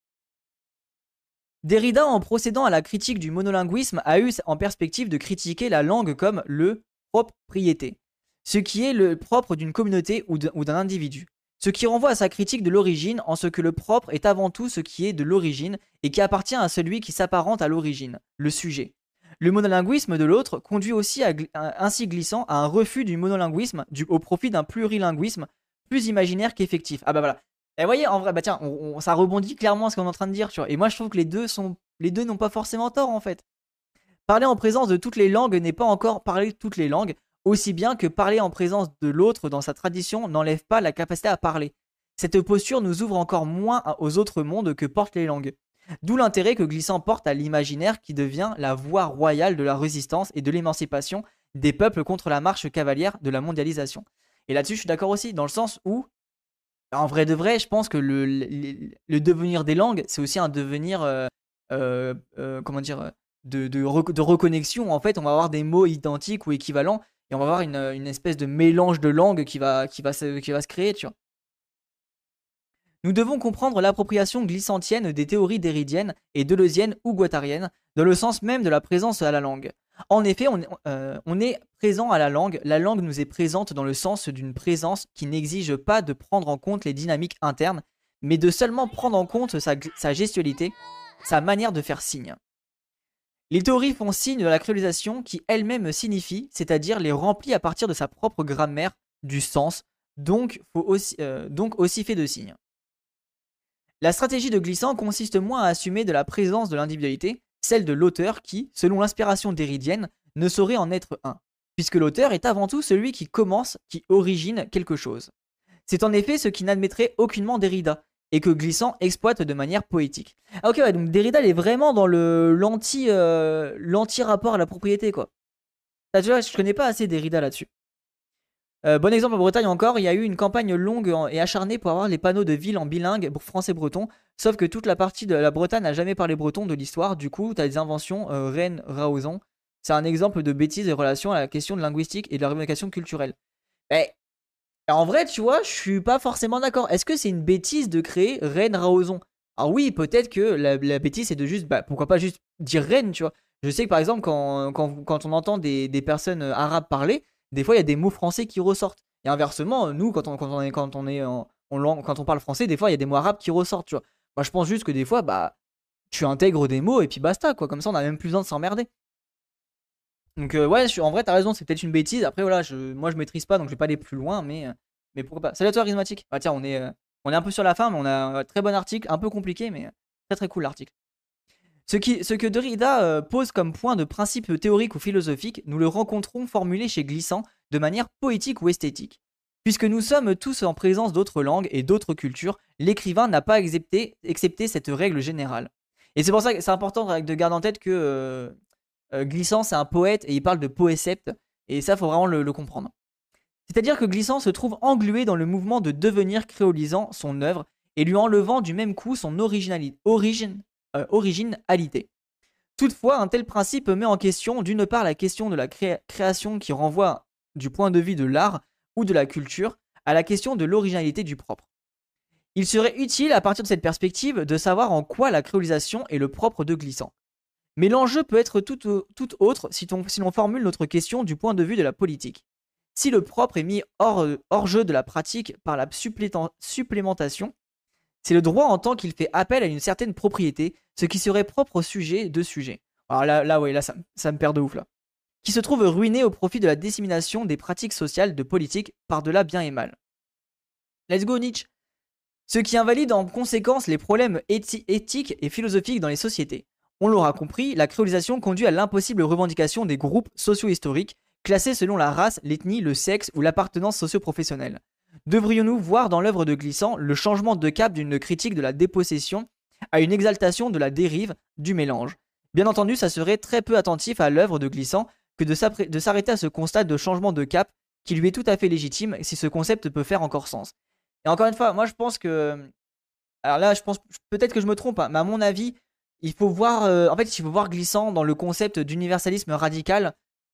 Speaker 1: Derrida, en procédant à la critique du monolinguisme, a eu en perspective de critiquer la langue comme le propriété, ce qui est le propre d'une communauté ou d'un individu. Ce qui renvoie à sa critique de l'origine, en ce que le propre est avant tout ce qui est de l'origine et qui appartient à celui qui s'apparente à l'origine, le sujet. Le monolinguisme de l'autre conduit aussi ainsi glissant à un refus du monolinguisme au profit d'un plurilinguisme plus imaginaire qu'effectif. Ah bah voilà. Et vous voyez, en vrai, bah tiens, ça rebondit clairement à ce qu'on est en train de dire, tu vois. Et moi, je trouve que les deux n'ont pas forcément tort, en fait. Parler en présence de toutes les langues n'est pas encore parler toutes les langues, aussi bien que parler en présence de l'autre dans sa tradition n'enlève pas la capacité à parler. Cette posture nous ouvre encore moins aux autres mondes que portent les langues. D'où l'intérêt que Glissant porte à l'imaginaire qui devient la voie royale de la résistance et de l'émancipation des peuples contre la marche cavalière de la mondialisation. Et là-dessus, je suis d'accord aussi, dans le sens où en vrai de vrai, je pense que le devenir des langues, c'est aussi un devenir, comment dire, de reconnexion. En fait, on va avoir des mots identiques ou équivalents et on va avoir une espèce de mélange de langues qui va se créer, tu vois. Nous devons comprendre l'appropriation glissantienne des théories déridiennes et deleuziennes ou guattariennes, dans le sens même de la présence à la langue. En effet, on est présent à la langue nous est présente dans le sens d'une présence qui n'exige pas de prendre en compte les dynamiques internes, mais de seulement prendre en compte sa gestualité, sa manière de faire signe. Les théories font signe de la créolisation qui elle-même signifie, c'est-à-dire les remplit à partir de sa propre grammaire, du sens, donc aussi fait de signes. La stratégie de glissant consiste moins à assumer de la présence de l'individualité, celle de l'auteur qui, selon l'inspiration déridienne, ne saurait en être un, puisque l'auteur est avant tout celui qui commence, qui origine quelque chose. C'est en effet ce qui n'admettrait aucunement Derrida, et que Glissant exploite de manière poétique. Ah ok, ouais, donc Derrida il est vraiment dans l'anti-rapport à la propriété, quoi. Là, tu vois, je connais pas assez Derrida là-dessus. Bon exemple en Bretagne encore, il y a eu une campagne longue et acharnée pour avoir les panneaux de ville en bilingue pour français-breton, sauf que toute la partie de la Bretagne n'a jamais parlé breton de l'histoire, du coup t'as des inventions, Rennes, Raouzon, c'est un exemple de bêtises et relation à la question de linguistique et de la revendication culturelle. Mais en vrai, tu vois, je suis pas forcément d'accord. Est-ce que c'est une bêtise de créer Rennes, Raouzon? Alors oui, peut-être que la bêtise c'est de juste, bah pourquoi pas juste dire Rennes, tu vois. Je sais que par exemple quand on entend des personnes arabes parler, des fois il y a des mots français qui ressortent. Et inversement, nous quand on parle français, des fois il y a des mots arabes qui ressortent, tu vois. Moi je pense juste que des fois bah tu intègres des mots et puis basta quoi, comme ça on a même plus besoin de s'emmerder. Donc ouais, en vrai t'as raison, c'est peut-être une bêtise. Après voilà, moi je maîtrise pas donc je vais pas aller plus loin, mais mais pourquoi pas. Salut à toi, Charismatique. Ah, tiens, on est un peu sur la fin, mais on a un très bon article, un peu compliqué, mais très très cool l'article. Ce que Derrida pose comme point de principe théorique ou philosophique, nous le rencontrons formulé chez Glissant de manière poétique ou esthétique. Puisque nous sommes tous en présence d'autres langues et d'autres cultures, l'écrivain n'a pas accepté cette règle générale. Et c'est pour ça que c'est important de garder en tête que Glissant, c'est un poète et il parle de poécepte, et ça, faut vraiment le comprendre. C'est-à-dire que Glissant se trouve englué dans le mouvement de devenir créolisant son œuvre et lui enlevant du même coup son originalité. Toutefois, un tel principe met en question d'une part la question de la création qui renvoie du point de vue de l'art ou de la culture à la question de l'originalité du propre. Il serait utile à partir de cette perspective de savoir en quoi la créolisation est le propre de Glissant. Mais l'enjeu peut être tout autre si l'on formule notre question du point de vue de la politique. Si le propre est mis hors jeu de la pratique par la supplémentation, c'est le droit en tant qu'il fait appel à une certaine propriété, ce qui serait propre au sujet de sujet. Alors là, ça me perd de ouf là. Qui se trouve ruiné au profit de la dissémination des pratiques sociales de politique par-delà bien et mal. Let's go Nietzsche. Ce qui invalide en conséquence les problèmes éthiques et philosophiques dans les sociétés. On l'aura compris, la créolisation conduit à l'impossible revendication des groupes socio-historiques classés selon la race, l'ethnie, le sexe ou l'appartenance socio-professionnelle. Devrions-nous voir dans l'œuvre de Glissant le changement de cap d'une critique de la dépossession à une exaltation de la dérive, du mélange? Bien entendu, ça serait très peu attentif à l'œuvre de Glissant que de s'arrêter à ce constat de changement de cap qui lui est tout à fait légitime si ce concept peut faire encore sens. Et encore une fois, moi je pense que... Alors là, je pense peut-être que je me trompe, hein, mais à mon avis, il faut voir, il faut voir Glissant dans le concept d'universalisme radical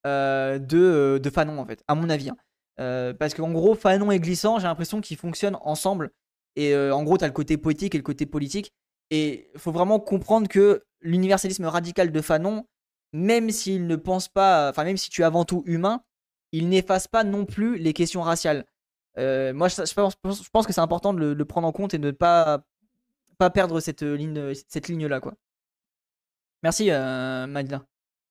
Speaker 1: de Fanon, en fait, à mon avis. Hein. Parce qu'en gros, Fanon et Glissant, j'ai l'impression qu'ils fonctionnent ensemble. Et en gros, tu as le côté poétique et le côté politique. Et il faut vraiment comprendre que l'universalisme radical de Fanon, même s'il ne pense pas, enfin, même si tu es avant tout humain, il n'efface pas non plus les questions raciales. Moi, je pense que c'est important de le prendre en compte et de ne pas perdre cette ligne-là, quoi. Merci, Madeleine.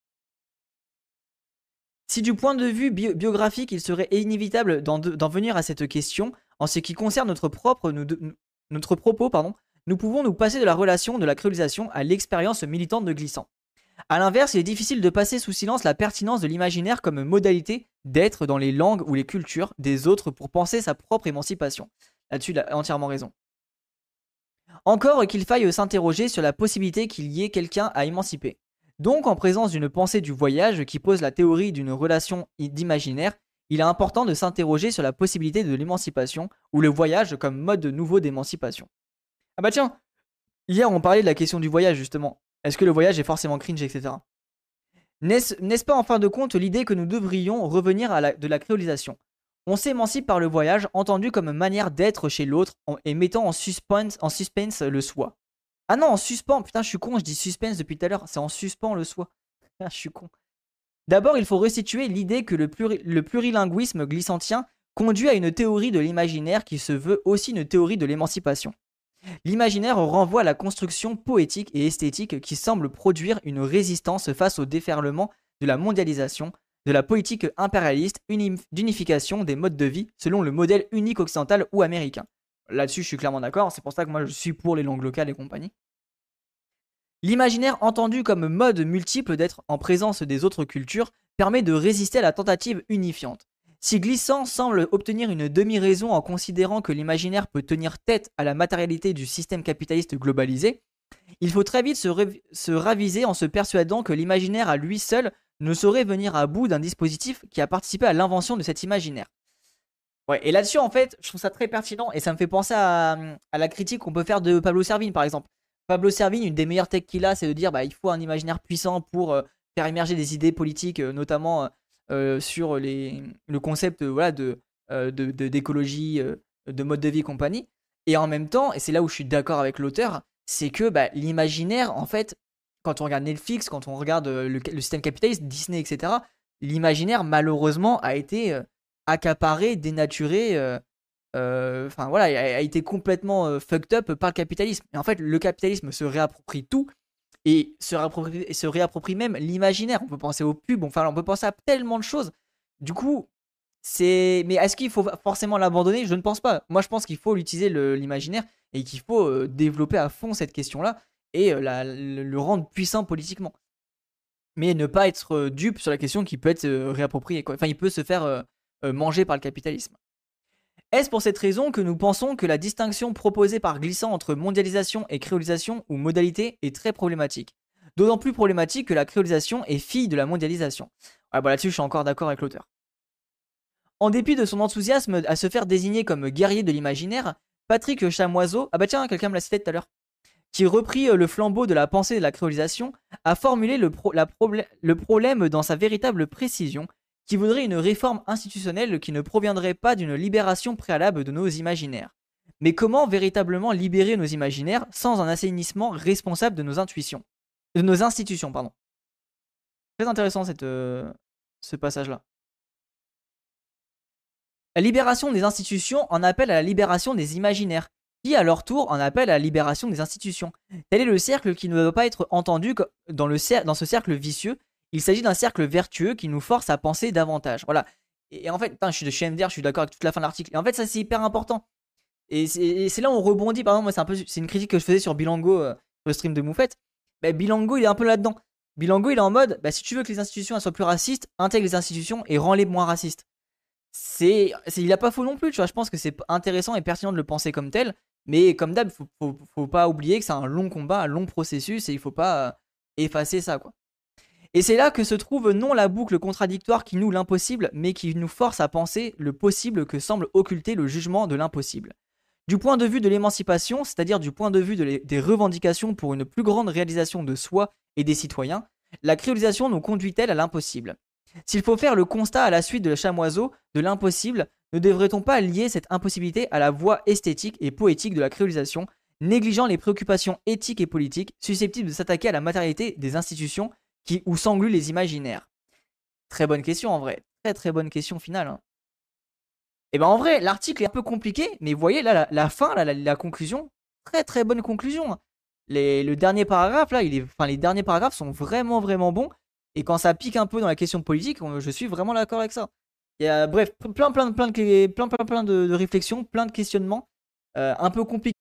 Speaker 1: Si du point de vue biographique, il serait inévitable d'en venir à cette question, en ce qui concerne notre propos, nous pouvons nous passer de la relation de la créolisation à l'expérience militante de Glissant. A l'inverse, il est difficile de passer sous silence la pertinence de l'imaginaire comme modalité d'être dans les langues ou les cultures des autres pour penser sa propre émancipation. Là-dessus, il a entièrement raison. Encore qu'il faille s'interroger sur la possibilité qu'il y ait quelqu'un à émanciper. Donc, en présence d'une pensée du voyage qui pose la théorie d'une relation d'imaginaire, il est important de s'interroger sur la possibilité de l'émancipation ou le voyage comme mode nouveau d'émancipation. Ah bah tiens, hier on parlait de la question du voyage justement. Est-ce que le voyage est forcément cringe, etc. N'est-ce pas en fin de compte l'idée que nous devrions revenir de la créolisation? On s'émancipe par le voyage, entendu comme manière d'être chez l'autre et mettant en suspense le soi. Ah non, en suspens, putain, je suis con, je dis suspense depuis tout à l'heure, c'est en suspens le soi. Ah, je suis con. D'abord, il faut restituer l'idée que le plurilinguisme glissantien conduit à une théorie de l'imaginaire qui se veut aussi une théorie de l'émancipation. L'imaginaire renvoie à la construction poétique et esthétique qui semble produire une résistance face au déferlement de la mondialisation, de la politique impérialiste d'unification des modes de vie selon le modèle unique occidental ou américain. Là-dessus, je suis clairement d'accord, c'est pour ça que moi je suis pour les langues locales et compagnie. L'imaginaire entendu comme mode multiple d'être en présence des autres cultures permet de résister à la tentative unifiante. Si Glissant semble obtenir une demi-raison en considérant que l'imaginaire peut tenir tête à la matérialité du système capitaliste globalisé, il faut très vite se raviser en se persuadant que l'imaginaire à lui seul ne saurait venir à bout d'un dispositif qui a participé à l'invention de cet imaginaire. Ouais, et là-dessus, en fait, je trouve ça très pertinent et ça me fait penser à la critique qu'on peut faire de Pablo Servigne, par exemple. Pablo Servigne, une des meilleures techs qu'il a, c'est de dire bah, il faut un imaginaire puissant pour faire émerger des idées politiques, notamment sur le concept voilà, d'écologie, de mode de vie et compagnie. Et en même temps, et c'est là où je suis d'accord avec l'auteur, c'est que bah, l'imaginaire, en fait, quand on regarde Netflix, quand on regarde le système capitaliste, Disney, etc., l'imaginaire, malheureusement, a été accaparé, dénaturé, enfin voilà, a été complètement fucked up par le capitalisme. Et en fait, le capitalisme se réapproprie tout et se réapproprie même l'imaginaire. On peut penser aux pubs, enfin, on peut penser à tellement de choses. Du coup, Mais est-ce qu'il faut forcément l'abandonner? Je ne pense pas. Moi, je pense qu'il faut utiliser l'imaginaire et qu'il faut développer à fond cette question-là et le rendre puissant politiquement. Mais ne pas être dupe sur la question qui peut être réappropriée, quoi. Enfin, il peut se faire manger par le capitalisme. Est-ce pour cette raison que nous pensons que la distinction proposée par Glissant entre mondialisation et créolisation ou modalité est très problématique? D'autant plus problématique que la créolisation est fille de la mondialisation. Ouais, bon, là-dessus, je suis encore d'accord avec l'auteur. En dépit de son enthousiasme à se faire désigner comme guerrier de l'imaginaire, Patrick Chamoiseau, ah bah tiens, quelqu'un me l'a cité tout à l'heure, qui reprit le flambeau de la pensée de la créolisation, a formulé le problème dans sa véritable précision, qui voudrait une réforme institutionnelle qui ne proviendrait pas d'une libération préalable de nos imaginaires. Mais comment véritablement libérer nos imaginaires sans un assainissement responsable de nos intuitions, de nos institutions, pardon. Très intéressant ce passage-là. La libération des institutions en appelle à la libération des imaginaires, qui à leur tour en appelle à la libération des institutions. Tel est le cercle qui ne doit pas être entendu dans ce cercle vicieux. Il s'agit d'un cercle vertueux qui nous force à penser davantage. Voilà. Et en fait, putain, je suis MDR, je suis d'accord avec toute la fin de l'article. Et en fait, ça c'est hyper important. Et c'est là où on rebondit. Par exemple, moi c'est une critique que je faisais sur Bilango, sur le stream de Moufette. Bah, Bilango, il est un peu là-dedans. Bilango, il est en mode, bah, si tu veux que les institutions soient plus racistes, intègre les institutions et rends-les moins racistes. Il a pas faux non plus, tu vois. Je pense que c'est intéressant et pertinent de le penser comme tel, mais comme d'hab, faut pas oublier que c'est un long combat, un long processus, et il faut pas effacer ça, quoi. Et c'est là que se trouve non la boucle contradictoire qui noue l'impossible, mais qui nous force à penser le possible que semble occulter le jugement de l'impossible. Du point de vue de l'émancipation, c'est-à-dire du point de vue des revendications pour une plus grande réalisation de soi et des citoyens, la créolisation nous conduit-elle à l'impossible? S'il faut faire le constat à la suite de Chamoiseau de l'impossible, ne devrait-on pas lier cette impossibilité à la voie esthétique et poétique de la créolisation, négligeant les préoccupations éthiques et politiques susceptibles de s'attaquer à la matérialité des institutions où s'engluent les imaginaires? Très bonne question en vrai, très très bonne question finale. Hein. Et ben en vrai, l'article est un peu compliqué, mais vous voyez là la fin, là, la conclusion, très très bonne conclusion. Hein. Le dernier paragraphe là, les derniers paragraphes sont vraiment vraiment bons. Et quand ça pique un peu dans la question politique, je suis vraiment d'accord avec ça. Bref, plein de réflexions, plein de questionnements, un peu compliqués.